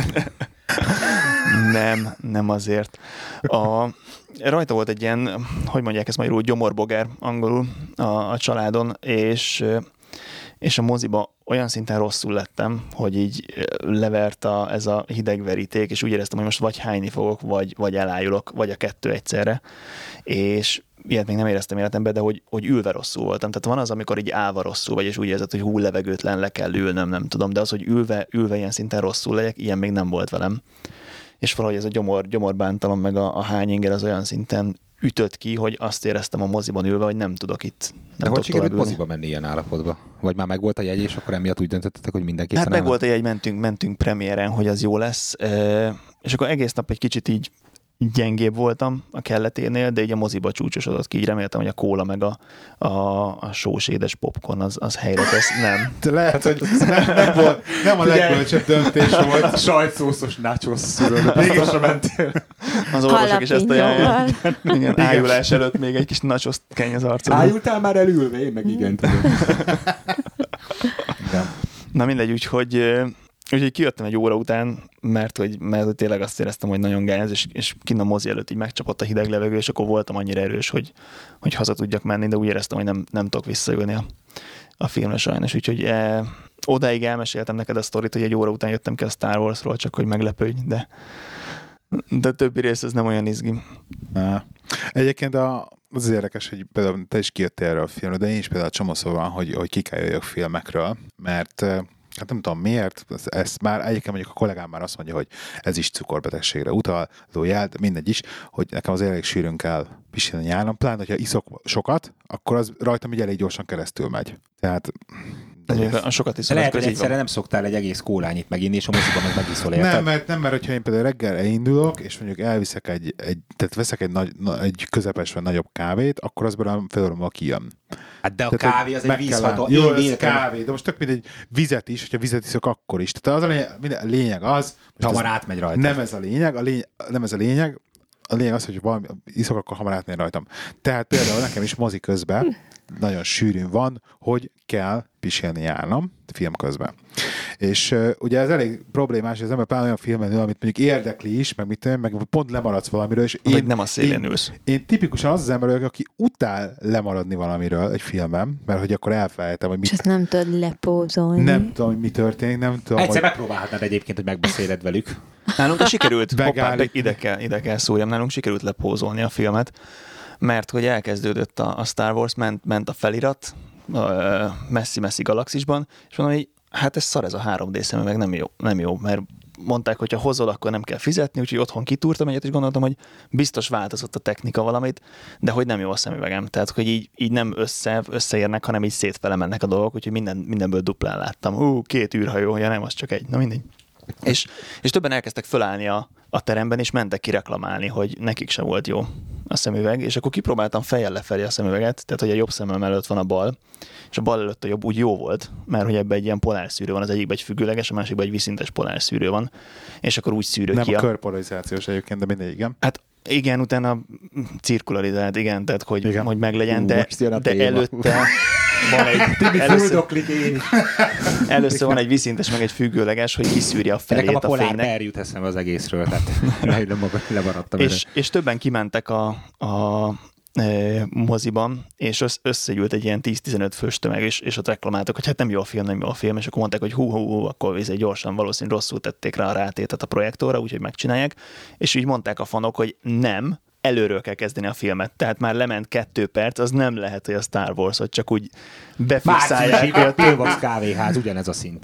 Nem azért. Rajta volt egy ilyen, hogy mondják ezt magyarul, gyomorbogár angolul a családon, és a moziba olyan szinten rosszul lettem, hogy így levert ez a hideg veríték, és úgy éreztem, hogy most vagy hányni fogok, vagy elájulok, vagy a kettő egyszerre. És ilyet még nem éreztem életemben, de hogy ülve rosszul voltam. Tehát van az, amikor így állva rosszul vagy, és úgy érzed, hogy levegőtlen, le kell ülnöm, nem tudom, de az, hogy ülve ilyen szinten rosszul legyek, ilyen még nem volt velem. És valahogy ez a gyomorbántalom meg a hányinger az olyan szinten ütött ki, hogy azt éreztem a moziban ülve, hogy nem tudok itt. De hogy sikerült moziba menni ilyen állapotba? Vagy már megvolt a jegy, és akkor emiatt úgy döntöttetek, hogy mindenképpen... Hát megvolt a jegy, mentünk premiéren, hogy az jó lesz, és akkor egész nap egy kicsit így gyengébb voltam a kelleténél, de így a moziba csúcsosodott ki, így reméltem, hogy a kóla meg a sós édes popcorn az helyre tesz. Nem. De lehet, hogy nem a legbölcsebb döntés volt. A sajtszószos nachos szülőt. Mégis mentél. Az orvosok is ezt ajánlják. Igen, ájulás előtt még egy kis nachos kenj az arcodon. Ájultál már elülve? Én meg igen tudom. Na mindegy, úgyhogy kijöttem egy óra után, mert hogy tényleg azt éreztem, hogy nagyon gáz, és kint a mozi előtt így megcsapott a hideg levegő, és akkor voltam annyira erős, hogy haza tudjak menni, de úgy éreztem, hogy nem tudok visszaülni a filmre sajnos. Úgyhogy odáig elmeséltem neked a sztorit, hogy egy óra után jöttem ki a Star Wars-ról, csak hogy meglepődj, de többi rész ez nem olyan izgi. Egyébként az érdekes, hogy például te is kijöttél erről a filmről, de én is például csomószor van, hogy ki kell jöjjök filmekről, mert hát nem tudom miért, ezt már egyébként mondjuk a kollégám már azt mondja, hogy ez is cukorbetegségre utaló jel, de mindegy is, hogy nekem az elég sűrűn kell pisilni nyáron, pláne, hogyha iszok sokat, akkor az rajtam így elég gyorsan keresztül megy. Tehát Sokat iszol. Lehet, hogy egyszerre nem szoktál egy egész kólányit meginni, és a moziban meg megiszol, érted? Nem, mert hogyha én például reggel elindulok, és mondjuk elviszek tehát veszek egy közepes vagy nagyobb kávét, akkor az belőlem fél kijön. Hát de a tehát kávé az egy vízható. Jó, ez kávé, de most tök mindegy vizet is, hogyha vizet iszok, akkor is. Tehát az a lényeg az... Hamar átmegy rajta. Nem ez a lényeg, a lényeg az, hogy valami iszok, akkor hamar átmegy rajtam. Tehát például nekem is mozi közben nagyon sűrűn van, hogy kell pisilni járnom film közben. És ugye ez elég problémás, hogy az ember pár olyan filmen ül, amit mondjuk érdekli is, meg pont lemaradsz valamiről, és én nem a szélén ülsz. Én tipikusan az ember vagyok, aki utál lemaradni valamiről egy filmben, mert hogy akkor elfelejtem, hogy mit... És ezt nem tudod lepózolni. Nem tudom, hogy mi történik, nem tudom, egyszer megpróbálhatnád egyébként, hogy megbeszéled velük. Nálunk sikerült, ide kell szúrjam, nálunk sikerült lepózolni a filmet, mert hogy elkezdődött a Star Wars, ment a felirat messzi-messzi galaxisban, és mondom, hogy hát ez szar, ez a 3D szemüveg, nem jó, mert mondták, hogy ha hozol, akkor nem kell fizetni, úgyhogy otthon kitúrtam egyet, és gondoltam, hogy biztos változott a technika valamit, de hogy nem jó a szemüvegem. Tehát, hogy így nem összeérnek, hanem így szétfele mennek a dolgok, úgyhogy mindenből duplán láttam. 2 űrhajó, ja nem, az csak egy, na mindegy. És többen elkezdtek fölállni a teremben, és mentek kireklamálni, hogy nekik sem volt jó a szemüveg, és akkor kipróbáltam fejjel lefelé a szemüveget, tehát hogy a jobb szemem előtt van a bal, és a bal előtt a jobb úgy jó volt, mert hogy ebben egy ilyen polárszűrő van, az egyikben egy függőleges, a másikban egy viszintes polárszűrő van, és akkor úgy szűrő nem ki. Nem a körpolarizációs egyébként, de mindegy, igen. Hát igen, utána cirkularizált, igen, tehát hogy meglegyen, de előtte van egy... Először van egy viszintes, meg egy függőleges, hogy kiszűrje a felét a fénynek. Nekem a polár bear jut eszembe az egészről, tehát lemaradtam. És többen kimentek a moziban, és összegyűlt egy ilyen 10-15 fős tömeg, és ott reklamáltak, hogy hát nem jó a film, és akkor mondták, hogy hú, akkor gyorsan valószínűleg rosszul tették rá a rátétet a projektorra, úgyhogy megcsinálják, és így mondták a fanok, hogy nem, előről kell kezdeni a filmet, tehát már lement 2 perc, az nem lehet, hogy a Star Wars, hogy csak úgy befixálják. A Pillbox kávéház, ugyanez a szint.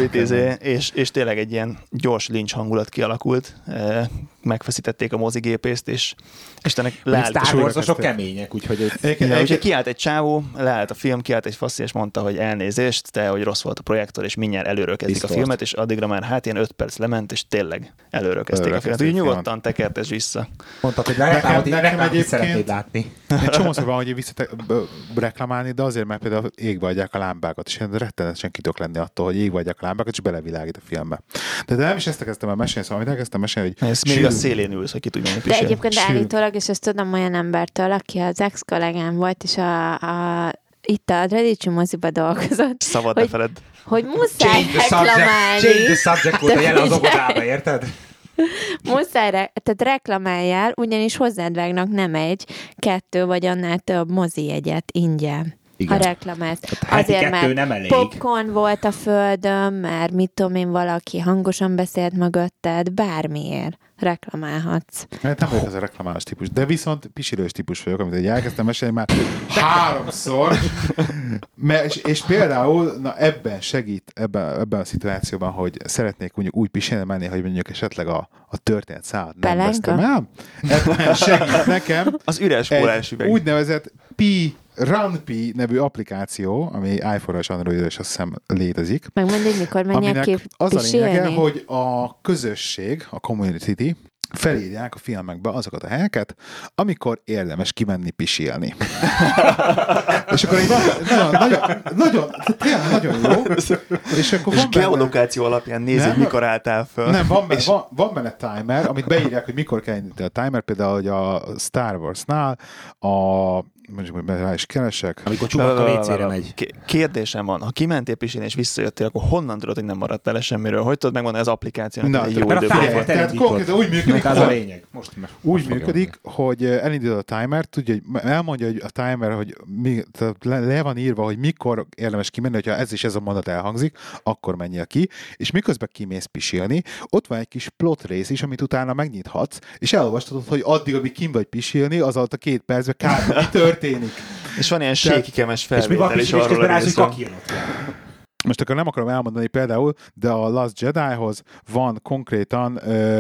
És tényleg egy ilyen gyors lincs hangulat kialakult, megfeszítették a mozigépészt, és ennek leállt. Star Wars-osok kemények, úgyhogy kiállt egy csávó, leállt a film, kiállt egy faszi, és mondta, hogy elnézést, te, hogy rossz volt a projektor, és mindjárt előről kezdik a filmet, és addigra már ilyen 5 perc lement, és tényleg előről kezdték a filmet. Úgyhogy nyugodtan tekertes vissza. Mondtak, hogy nekem egyébként látni. Egy csomószor van, hogy reklamálni, de azért, mert például égbe adják a lámpákat, és én rettenetesen ki tudok lenni attól, hogy égbe adják a lámpákat, és belevilágít a filmbe. De nem is ezt kezdtem el mesélni, szóval amit elkezdtem mesélni, hogy ezt még a szélén ülsz, hogy ki tudjon pisilni. De egyébként állítólag, és ezt tudom olyan embertől, aki az ex-kollégám volt, és itt a Radici moziba dolgozott. Szabad ne feled. Hogy muszáj reklamálni. Change the subject volt a jelen az óvodába, érted? Muszáj, tehát reklamáljál, ugyanis hozzád vágnak nem 1, 2 vagy annál több mozijegyet ingyen. Igen. Ha reklamálsz. Azért, mert popcorn volt a földön, mert mit tudom én, valaki hangosan beszélt mögötted, bármiért reklamálhatsz. Mert nem vagyok az a reklamálós típus, de viszont pisilős típus vagyok, amit elkezdtem mesélni már 3-szor. És például ebben segít, ebben a szituációban, hogy szeretnék úgy pisilni menni, hogy mondjuk esetleg a történet szállat nem vesztem el. Ebben segít nekem az üres forrás üveg. Úgynevezett RunPi nevű applikáció, ami iPhone-ra és Androidra is azt hiszem létezik. Megmondj, hogy mikor menjek ki az a lényege, hogy a közösség, a community felírják a filmekbe azokat a helyeket, amikor érdemes kimenni pisilni. És akkor így nagyon jó. És akkor és geolokáció alapján nézik, mikor álltál föl. Nem, van benne timer, amit beírják, hogy mikor kell indítani a timer, például, hogy a Star Wars-nál mondjuk, hogy rá is keresek. Amikor Csubakka WC-re megy. Kérdésem van, ha kimentél pisilni és visszajöttél, akkor honnan tudod, hogy nem maradt vele semmiről? Hogy tudod megmondani az applikációnak, hogy egy jó időben volt? Tehát konkrétan úgy működik, az a lényeg. Úgy működik, hogy elindítod a timert, tudja, hogy elmondja hogy a timer, hogy le van írva, hogy mikor érdemes kimenni, hogyha ez és ez a mondat elhangzik, akkor menjél ki, és miközben kimész pisilni, ott van egy kis plot rész is, amit utána megnyithatsz, és elolvastatod, hogy addig, amíg kim vagy pisilni, az alatt a 2 percben kb. Mi történik. És van ilyen sékikemes felvétel is arról a részről. Most akkor nem akarom elmondani például, de a Last Jedi-hoz van konkrétan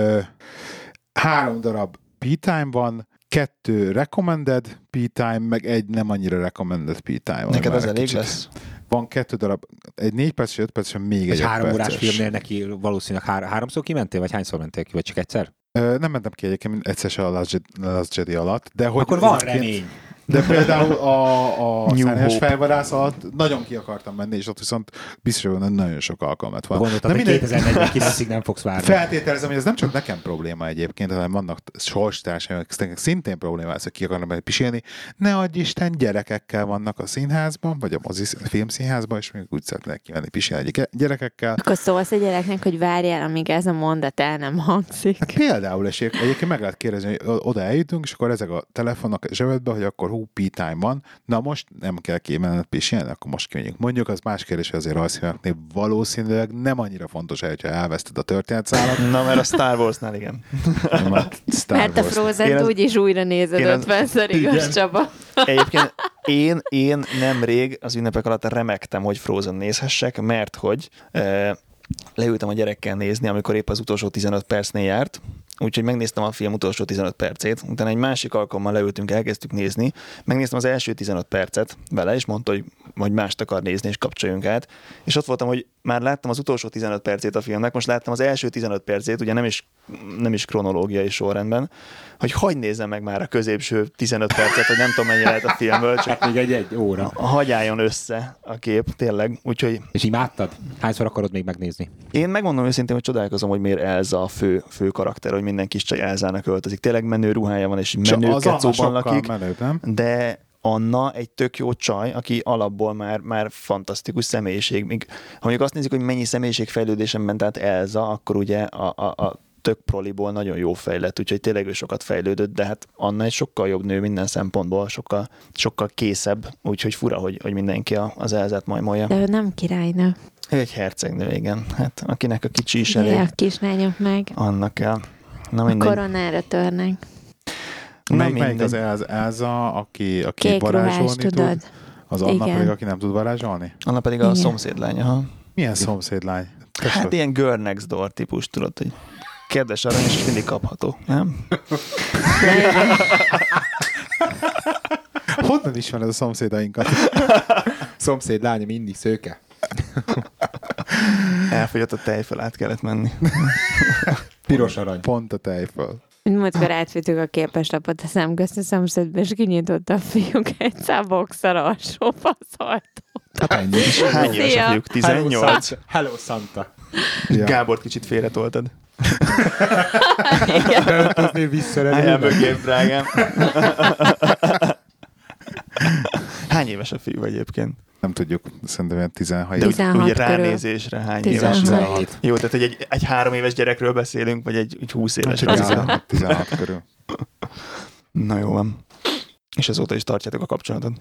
3 darab P-time van, 2 recommended P-time, meg 1 nem annyira recommended P-time van. Neked ez elég lesz? van 2 darab, egy 4 perc, 5 perc, még egy 3 órás filmnél neki valószínűleg 3-szor kimentél, vagy hányszor mentél ki, vagy csak egyszer? Nem mentem ki egyébként egyszer se a Last Jedi alatt, de hogy... Akkor van remény. De például a Szárnyas fejvadász alatt nagyon ki akartam menni, és ott viszont biztos, hogy nagyon sok alkalmat van. Gondoltam, hogy 2049-ig nem fogsz várni. Feltételezem, hogy ez nem csak nekem probléma egyébként, hanem vannak sorstársaim, akik szintén probléma lesz, hogy ki akarnak menni pisilni. Ne adj Isten, gyerekekkel vannak a színházban, vagy a filmszínházban, és még úgy szeretnék kimenni pisilni gyerekekkel. Akkor szólsz a gyereknek, hogy várjál, amíg ez a mondat el nem hangzik. Hát például, és egyébként meg lehet kérdezni, hogy oda eljutunk, és akkor ezek a telefonok zsebedbe, hogy akkor time van, na most nem kell kimenned pisilni, akkor most kimegyünk. Mondjuk, az más kérdés, hogy azért rajzfilmeknél valószínűleg nem annyira fontos, hogyha elveszted a történetszálat. Na, mert a Star Warsnál igen. Mert a Frozen-t úgyis újra nézed 50-szer, igaz, Csaba? Egyébként én nemrég az ünnepek alatt remektem, hogy Frozen nézhessek, mert hogy leültem a gyerekkel nézni, amikor épp az utolsó 15 percnél járt, úgyhogy megnéztem a film utolsó 15 percét, utána egy másik alkalommal leültünk, elkezdtük nézni, megnéztem az első 15 percet vele, és mondta, hogy mást akar nézni, és kapcsoljunk át, és ott voltam, hogy már láttam az utolsó 15 percét a filmnek, most láttam az első 15 percét, ugye nem is kronológiai sorrendben, hogy hagyj nézzem meg már a középső 15 percet, hogy nem tudom, mennyi lehet a filmből, csak még egy óra. Hagyjáljon össze a kép, tényleg, úgyhogy... És imádtad? Hányszor akarod még megnézni? Én megmondom őszintén, hogy csodálkozom, hogy miért Elza a fő karakter, hogy minden kis csaj Elzának öltözik. Tényleg menő ruhája van, és menő kecóban lakik. De Anna egy tök jó csaj, aki alapból már fantasztikus személyiség. Még, ha mondjuk azt nézzük, hogy mennyi személyiségfejlődésen ment át Elza, akkor ugye a tök proliból nagyon jó fejlett, úgyhogy tényleg ő sokat fejlődött, de hát Anna egy sokkal jobb nő minden szempontból, sokkal készebb, úgyhogy fura, hogy mindenki az Elzát majmolja. De ő nem királynő. Ő egy hercegnő, igen. Hát akinek a kicsi is elég. A kislányok meg. Annak kell. Na, a koronára törnek. Melyik az Elza, aki varázsolni tud? Az Anna pedig, aki nem tud varázsolni? Anna pedig a szomszédlánya. Milyen szomszédlány? Hát ilyen girl next door típus, tudod, hogy kérdés arany, és mindig kapható, nem? Honnan ismered a szomszédainkat? Szomszédlánya mindig szőke. Elfogyott a tejföl, át kellett menni. Piros arany. Pont a tejföl. Múltkor átvittük a képeslapot a szemközt a szomszédba, és kinyitotta a fiúk egy szábokszor alsó faszajtót. Hát ennyi is. Hány éves a fiúk? 18? Hello, Santa. Ja. Gábort kicsit félretoltad. Igen. Beöltözni visszarenni. Elmögébb, drágám. Hány éves a fiú egyébként? Nem tudjuk, szerintem ilyen 16. De 16 ugye ránézésre hány éves? 16. Jó, tehát egy 3 éves gyerekről beszélünk, vagy egy 20 éves? 16 körül. Na jó van. És azóta is tartjátok a kapcsolatot.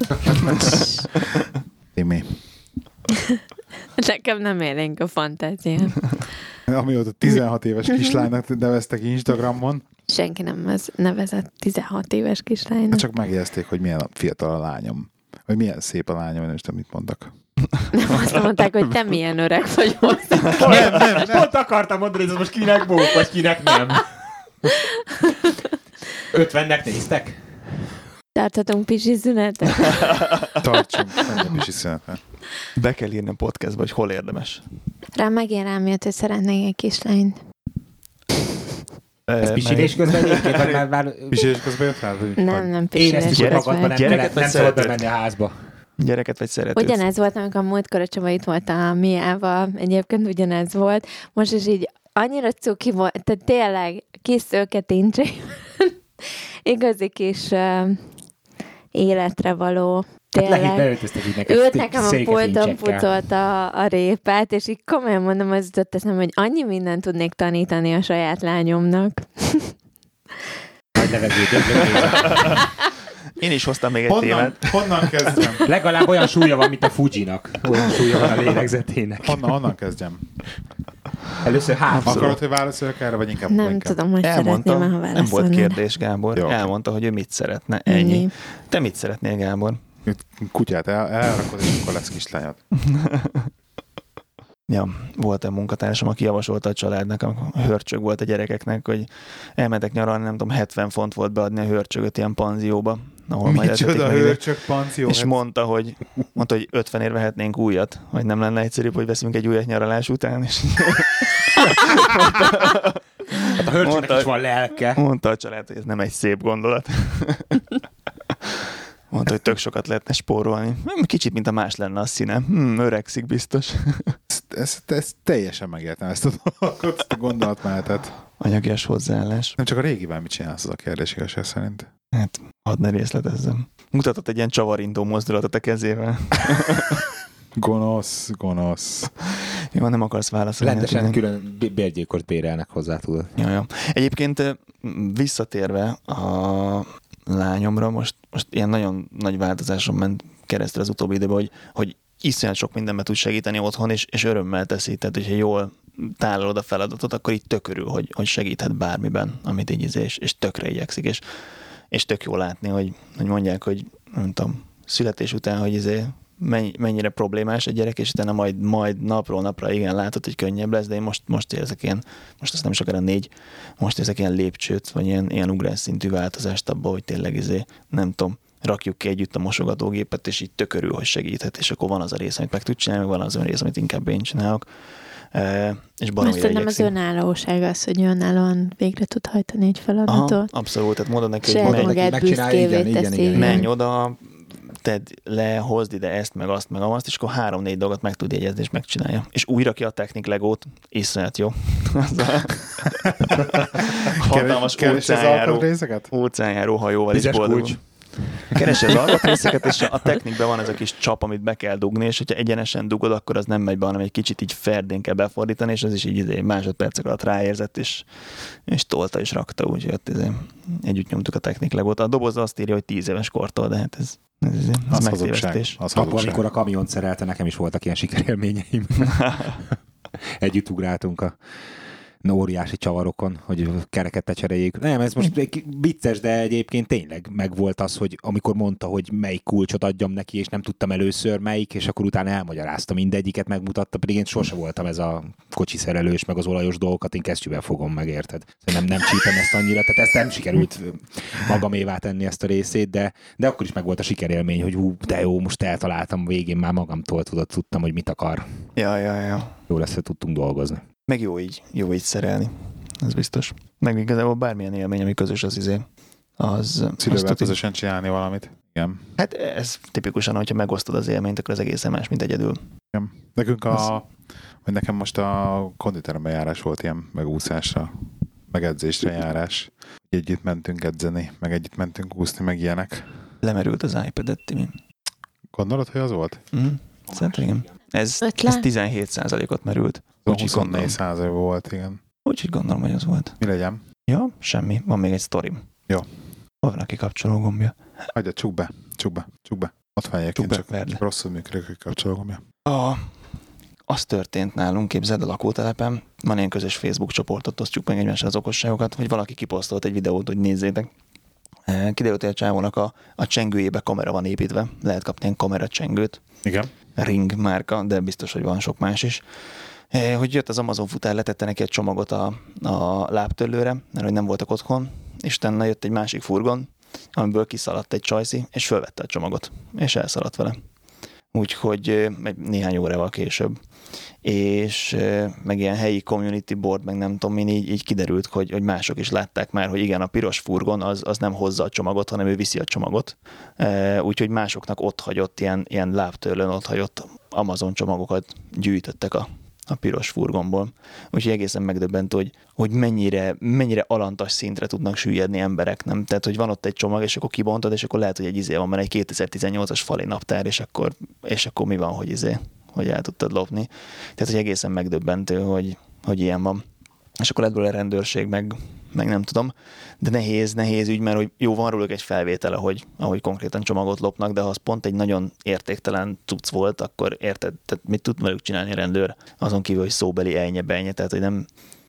Timi. Nekem nem élénk a fantáziám. Amióta 16 éves kislánynak neveztek Instagramon. Senki nem nevezett 16 éves kislánynak. Csak megjegyezték, hogy milyen fiatal a lányom. Vagy milyen szép a lányom, és mit mondtak. Nem azt mondták, hogy te milyen öreg vagy hozzá. Nem. Pont akartam mondani, hogy ez most kinek bók, vagy kinek nem. 50-nek néztek? Tarthatunk pisi szünetet? Tartsunk a pisi szünetet. Be kell írni a podcastba, hogy hol érdemes. Rám jött, hogy szeretnék egy kislányt. Ez pisilés közben egyébként, vagy már... Pisilés közben jött rá? Nem pisilés közben. Éreztük, hogy nem szabad bemenni a házba. Gyereket vagy szeretőt? Ugyanez volt, amikor a múltkor a Csaba itt volt a Miával, egyébként ugyanez volt. Most is így annyira cuki volt, tehát tényleg kis szőketincsében, igazi kis életre való. Tényleg. Őt nekem a pulton pucolta a répát, és így komolyan mondom, az jutott eszembe, hogy annyi mindent tudnék tanítani a saját lányomnak. Majd levegőt. Én is hoztam még egy témát. Honnan kezdjem? Legalább olyan súlya van, mint a Fujinak. Olyan súlya van a lélegzetének. Honnan kezdjem? Először Akarod, hogy válaszoljak erre, vagy inkább? Nem tudom, hogy szeretném, ha válaszolni. Nem volt kérdés, Gábor. Jó. Elmondta, hogy ő mit szeretne. Ennyi. Te mit szeretnél, Gábor? Kutyát elrakod, és akkor lesz kislányod. Ja, volt egy munkatársam, aki javasolta a családnak, a hörcsög volt a gyerekeknek, hogy elmentek nyaralni, nem tudom, 70 font volt beadni a hörcsögöt ilyen panzióba. Micsoda hörcsög panzió? És mondta, hogy 50-ért vehetnénk újat, hogy nem lenne egyszerűbb, hogy veszünk egy újat nyaralás után, és hát a hörcsögnek is van lelke. Mondta a család, hogy ez nem egy szép gondolat. Mondta, hogy tök sokat lehetne spórolni. Kicsit, mint a más lenne a színe. Öregszik biztos. Ezt teljesen megértem, ezt a gondolatmenetet. Anyagias hozzáállás. Nem csak a régiben mit csinálsz, az a kérdés igazság szerint. Hát, hadd ne részletezzem. Mutatott egy ilyen csavarintó mozdulatot a kezével. Gonosz. Jó, nem akarsz válaszolni. Rendesen külön bérgyékot bérelnek hozzá, tudod. Ja. Egyébként visszatérve a lányomra, most ilyen nagyon nagy változáson ment keresztül az utóbbi időben, hogy iszonyat sok mindenbe tud segíteni otthon, és örömmel teszi. Tehát, hogyha jól tálalod a feladatot, akkor így tök örül, hogy segíthet bármiben, amit így és tökre igyekszik. És tök jó látni, hogy mondják, hogy nem tudom, születés után, hogy mennyire problémás egy gyerek, és utána majd napról napra igen látod, hogy könnyebb lesz, de én most érzek most azt nem is akar a 4, most érzek ilyen lépcsőt, vagy ilyen ugrásszintű változást abban, hogy tényleg nem tudom, rakjuk ki együtt a mosogatógépet, és így tök örül, hogy segíthet, és akkor van az a rész, amit meg tud csinálni, meg van az a rész, amit inkább én csinálok. És baromira nem az önállóság az, hogy önállóan végre tud hajtani egy feladatot. Aha, abszolút, tehát mondod neki, hogy menj oda, tedd le, hozd ide ezt, meg azt, meg azt, és akkor 3-4 dolgot meg tud jegyezni, és megcsinálja. És újra ki a Technic Legót, iszonyat jó. Hatalmas óceánjáró hajóval is boldog. Keresi az alkatrészeket, és a Technicben van ez a kis csap, amit be kell dugni, és hogyha egyenesen dugod, akkor az nem megy be, hanem egy kicsit így ferdén kell befordítani, és az is így másodpercek alatt ráérzett, és tolta és rakta, úgyhogy ott együtt nyomtuk a Technic Legót. A doboz azt írja, hogy 10 éves kortól, de hát ez megtévesztés. Apa, amikor a kamiont szerelte, nekem is voltak ilyen sikerélményeim. Együtt ugráltunk a óriási csavarokon, hogy kereket lecseréljék. Nem, ez most vicces, de egyébként tényleg megvolt az, hogy amikor mondta, hogy melyik kulcsot adjam neki, és nem tudtam először melyik, és akkor utána elmagyarázta mindegyiket, megmutatta, pedig én sose voltam ez a kocsiszerelős, meg az olajos dolgokat, én kesztyűvel fogom meg, érted? Nem csípem ezt annyira, tehát ezt nem sikerült magamévá tenni ezt a részét, de akkor is megvolt a sikerélmény, hogy de jó, most eltaláltam végén már magamtól, tudtam, hogy mit akar. Ja. Jó lesz, hogy tudtunk dolgozni. Meg jó így szerelni. Ez biztos. Meg igazából bármilyen élmény, ami közös az szülővel közösen csinálni valamit. Igen. Hát ez tipikusan, hogyha megosztod az élményt, akkor az egészen más, mint egyedül. Igen. Vagy nekem most a konditeremben járás volt ilyen megúszásra, megedzésre járás. Együtt mentünk edzeni, meg együtt mentünk úszni, meg ilyenek. Lemerült az iPad-et, Timi. Gondolod, hogy az volt? Szerintem igen. Ez 17%-ot merült. 24% volt, igen. Úgyhogy gondolom, hogy az volt. Mi legyen? Ja, semmi. Van még egy sztorim. Jó. Hol van a kikapcsoló gombja? Hagyja, csuk be. Ott van egyébként, csak rosszul működik a kikapcsoló gombja. Az történt nálunk, képzeld, a lakótelepen. Van ilyen közös Facebook csoportot, osztjuk meg egymással az okosságokat, hogy valaki kiposztolt egy videót, hogy nézzétek. Kiderült, hogy a csávónak a csengőjébe kamera van építve. Lehet kapni ilyen kameracsengőt. Igen. Ring márka, de biztos, hogy van sok más is. Hogy jött az Amazon futár, letette neki egy csomagot a lábtörlőre, mert hogy nem voltak otthon, és utána jött egy másik furgon, amiből kiszaladt egy csajszi, és fölvette a csomagot, és elszaladt vele. Úgyhogy néhány órával később. És meg ilyen helyi community board, meg nem tudom min, így kiderült, hogy mások is látták már, hogy igen, a piros furgon az nem hozza a csomagot, hanem ő viszi a csomagot. Úgyhogy másoknak ott hagyott, ilyen lábtörlőn ott hagyott Amazon csomagokat gyűjtöttek a piros furgonból. Úgyhogy egészen megdöbbentő, hogy mennyire alantas szintre tudnak süllyedni emberek, nem? Tehát, hogy van ott egy csomag, és akkor kibontod, és akkor lehet, hogy egy van, mert egy 2018-as fali naptár, és akkor mi van, hogy el tudtad lopni. Tehát, hogy egészen megdöbbentő, hogy ilyen van. És akkor lett belőle rendőrség, meg nem tudom. De nehéz ügy, mert hogy jó, van róluk egy felvétel, ahogy konkrétan csomagot lopnak, de ha az pont egy nagyon értéktelen cucc volt, akkor érted, tehát mit tud velük csinálni a rendőr? Azon kívül, hogy szóbeli elnye, tehát hogy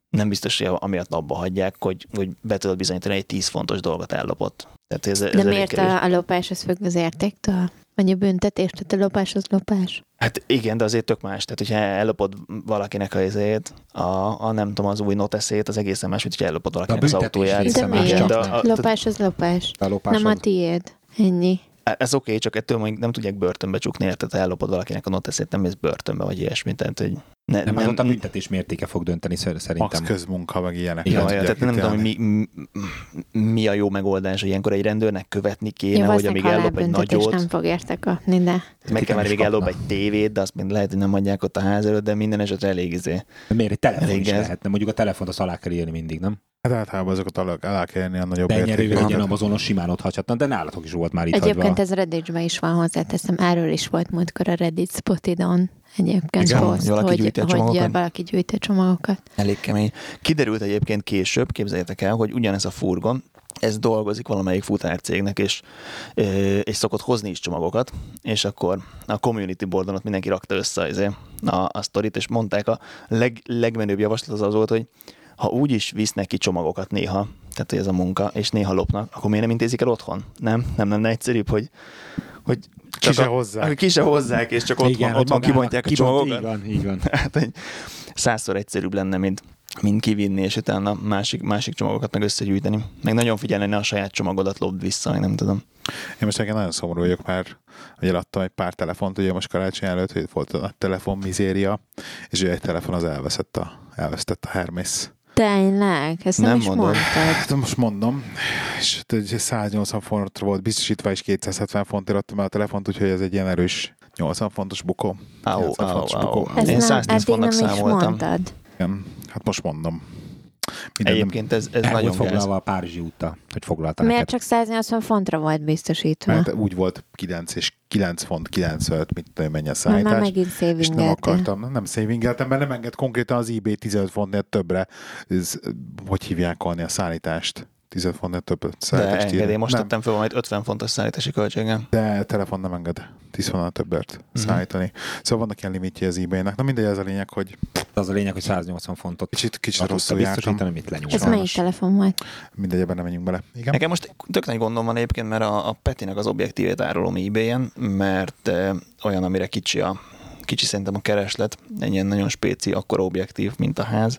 nem biztos, hogy amiatt abba hagyják, hogy be tudod bizonyítani, egy 10 fontos dolgot ellopott. Tehát de miért a lopás az függ az értéktől? Vagy a büntetés, tehát a lopás az lopás? Hát igen, de azért tök más. Tehát, hogyha ellopod valakinek nem tudom, az új noteszét, az egészen más, mint hogyha ellopod valakinek az autóját. De miért? Lopás az lopás. Nem a tiéd. Ennyi. Ez oké, csak ettől még nem tudják börtönbe csukni, érted, ha ellopod valakinek a noteszét, nem mész börtönbe, vagy ilyesmi. Tehát, hogy nem a büntetés mértéke fog dönteni szerintem. Max közmunka, meg ilyenek. Ja, tehát nem tudom, hogy mi a jó megoldás, hogy ilyenkor egy rendőrnek követni kéne, hogy amíg ellop egy nagyot. Nem fog érte kapni, de... Meg kell már még ellop egy tévét, de azt még lehet, hogy nem adják ott a ház előtt, de minden esetre elég Miért egy telefon is lehetne? Mondjuk a telefont azt alá kell írni mindig, nem? Hát általában azokat alá kell írni a nagyobb értékű. Egy Amazonos simán ott hagyhatna, de nálatok is volt már itt egyébként hagyva. Ez Reddit-ben is van, hozzáteszem, erről is volt múltkor a Reddit Spotidon egyébként poszt, hogy valaki gyűjti a csomagokat. Elég kemény. Kiderült egyébként később, képzeljétek el, hogy ugyanez a furgon, ez dolgozik valamelyik futárcégnek, és szokott hozni is csomagokat, és akkor a community boardon ott mindenki rakta össze a sztorit, és mondták, a legmenőbb javaslat az volt, hogy ha úgy is visznek ki csomagokat néha, tehát hogy ez a munka, és néha lopnak, akkor miért nem intézik el otthon? Nem lenne egyszerűbb, hogy ki se hozzák, és csak otthon kibontják a csomagokat. Így van. Hát, hogy 100-szor egyszerűbb lenne, mint kivinni, és utána másik csomagokat meg összegyűjteni. Meg nagyon figyelni, ne a saját csomagodat lopd vissza, meg nem tudom. Én most nagyon szomorú vagyok már, hogy eladtam egy pár telefont, ugye most karácsony előtt, hogy volt a telefon mizéria, és egy telefon az elvesztett a Hermes. Tényleg? Ezt nem is mondtad. Hát most mondom, és 180 fontra volt biztosítva, és 270 fontért adtam el a telefont, úgyhogy ez egy ilyen erős 80 fontos bukó. Én 110 fontnak számoltam. Igen, hát most mondom. Egyébként ez nagyon foglalva a Párizsi úttal, hogy foglalták. Miért csak 180 fontra volt biztosítva? Mert úgy volt 9 font 95, mint mennyi a szállítás. Már megint savingeltél. Nem savingeltem, mert nem enged konkrétan az eBay 15 fontnél többre, hogy hívják a szállítást. 10 fontnél több szállítást. De én most tettem fel majd 50 fontos szállítási költségem. De telefon nem enged 10 fontnál többet szállítani. Szóval vannak ilyen limitje az eBay-nek. Na mindegy, az a lényeg, hogy... Az a lényeg, hogy 180 fontot. Kicsit rosszul jártam. Ez melyik telefon volt? Mindegy, ebben nem menjünk bele. Igen? Nekem most tök nagy gondom van egyébként, mert a Petinek az objektívét árulom eBay-en, mert olyan, amire kicsi szerintem a kereslet, egy ilyen nagyon spéci, akkora objektív, mint a ház.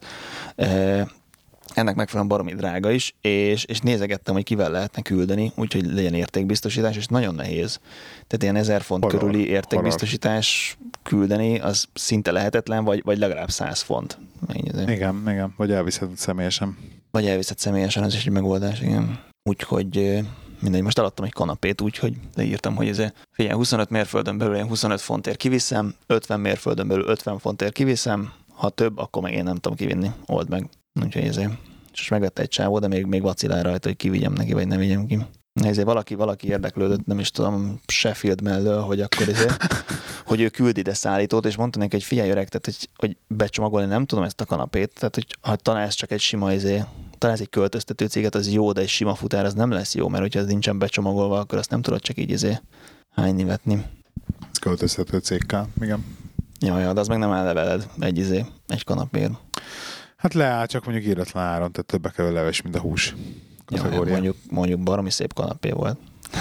Ennek megfelelően baromi drága is, és nézegettem, hogy kivel lehetne küldeni, úgyhogy legyen értékbiztosítás, és nagyon nehéz. Tehát ilyen 1000 font körüli értékbiztosítás küldeni, az szinte lehetetlen, vagy legalább 100 font. Igen, vagy elviszed személyesen. Az is egy megoldás, igen. Úgyhogy mindegy, most eladtam egy kanapét, úgyhogy leírtam, hogy figyelj, 25 mérföldön belül én 25 fontért kiviszem, 50 mérföldön belül 50 fontért kiviszem, ha több, akkor meg én nem tudom kivinni, old meg. Úgyhogy és megvette egy csávó, de még vacilál rajta, hogy kivigyem neki, vagy ne vigyem ki. Valaki érdeklődött, nem is tudom, Sheffield mellől, hogy akkor hogy ő küld ide szállítót, és mondta neki, hogy figyelj öreg, tehát, hogy becsomagolni nem tudom ezt a kanapét, tehát hogy ha találsz csak egy sima találsz egy költöztető céget, az jó, de egy sima futár az nem lesz jó, mert hogyha ez nincsen becsomagolva, akkor azt nem tudod csak így hányni, vetni. Költöztető cégkel, igen. Ja, de az meg nem áll leveled egy kanapér. Hát leáll, csak mondjuk íratlan áron, tehát többe kerül leves, mint a hús. Ja, mondjuk baromi szép kanapé volt.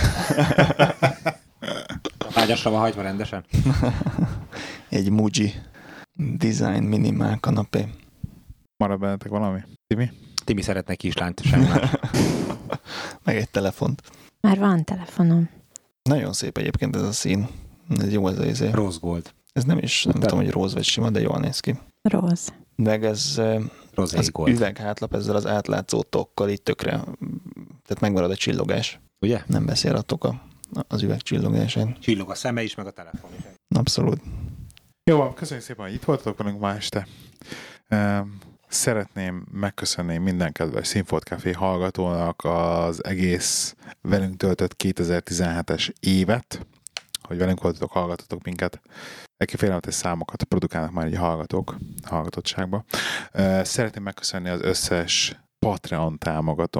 Ágyasra van hagyva rendesen? Egy Muji design minimál kanapé. Marad bennetek valami? Timi szeretne kislányt, semmi más. Meg egy telefont. Már van telefonom. Nagyon szép egyébként ez a szín. Ez jó ez a Rose gold. Ez nem tudom, hogy róz vagy sima, de jól néz ki. Róz. Meg ez az üveghátlap ezzel az átlátszó tokkal így tökre, tehát megmarad a csillogás. Ugye? Nem beszélhatok az üveg csillogásán. Csillog a szeme is, meg a telefon is. Abszolút. Jó, köszönjük szépen, hogy itt voltatok velünk ma este. Szeretném megköszönni minden kedves Színfolt Café hallgatónak az egész velünk töltött 2017-es évet, hogy velünk voltatok, hallgatotok minket. Egy félelmetes számokat produkálnak már egy hallgatottságba. Szeretném megköszönni az összes Patreon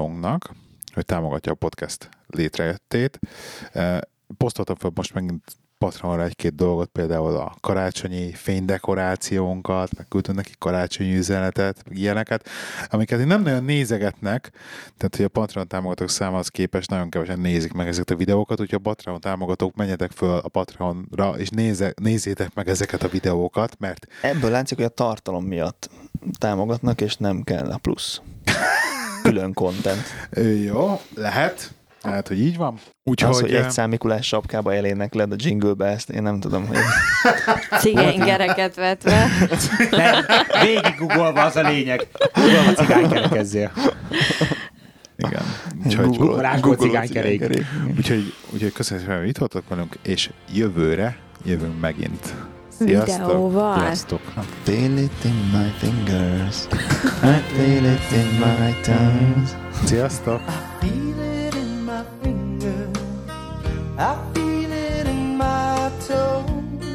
támogatónknak, hogy támogatja a podcast létrejöttét. Posztoltam fel most megint Patreonra egy-két dolgot, például a karácsonyi fénydekorációnkat, meg küldtünk neki karácsonyi üzenetet, meg ilyeneket, amiket nem nagyon nézegetnek, tehát hogy a Patreon támogatók számához képest nagyon kevesen nézik meg ezeket a videókat, úgyhogy a Patreon támogatók menjetek föl a Patreonra, és nézzétek meg ezeket a videókat, mert... Ebből látszik, hogy a tartalom miatt támogatnak, és nem kell a plusz. Külön content. Jó, lehet, hogy így van. Úgyhogy az, hogy egy Mikulás sapkába elének led a jingle-be, ezt én nem tudom, hogy... Cigánygereket vetve. Nem, végig googolva az a lényeg. Googolva cigánykerekezzél. Igen. Google cigánykerék. Úgyhogy köszönöm, hogy itt voltak velünk, és jövőre jövünk megint. Videóval. Sziasztok. I feel it in my fingers. I feel it in my toes. Sziasztok. I feel it in my fingers. I feel it in my toes.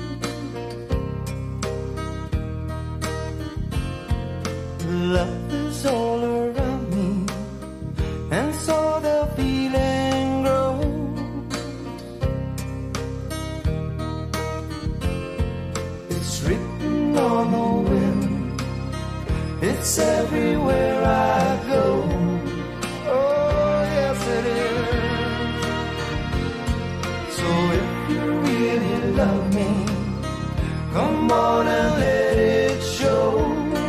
Love is all around me, and so the feeling grows. It's written on the wind, it's everywhere I go. Oh, yes it is. So if you really love me, come on and let it show.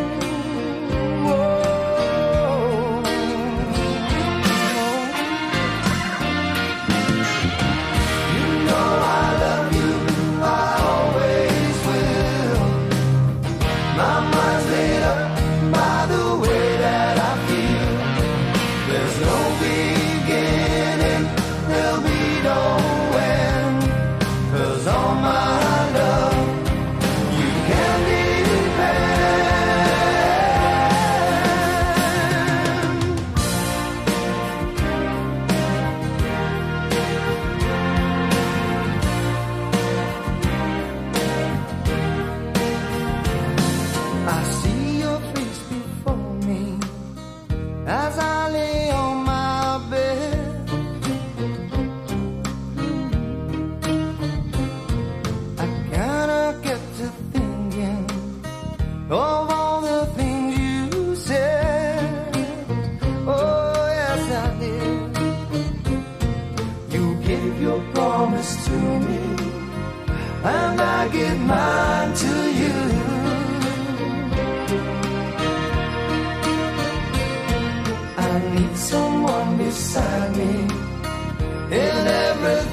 And I give mine to you. I need someone beside me in everything.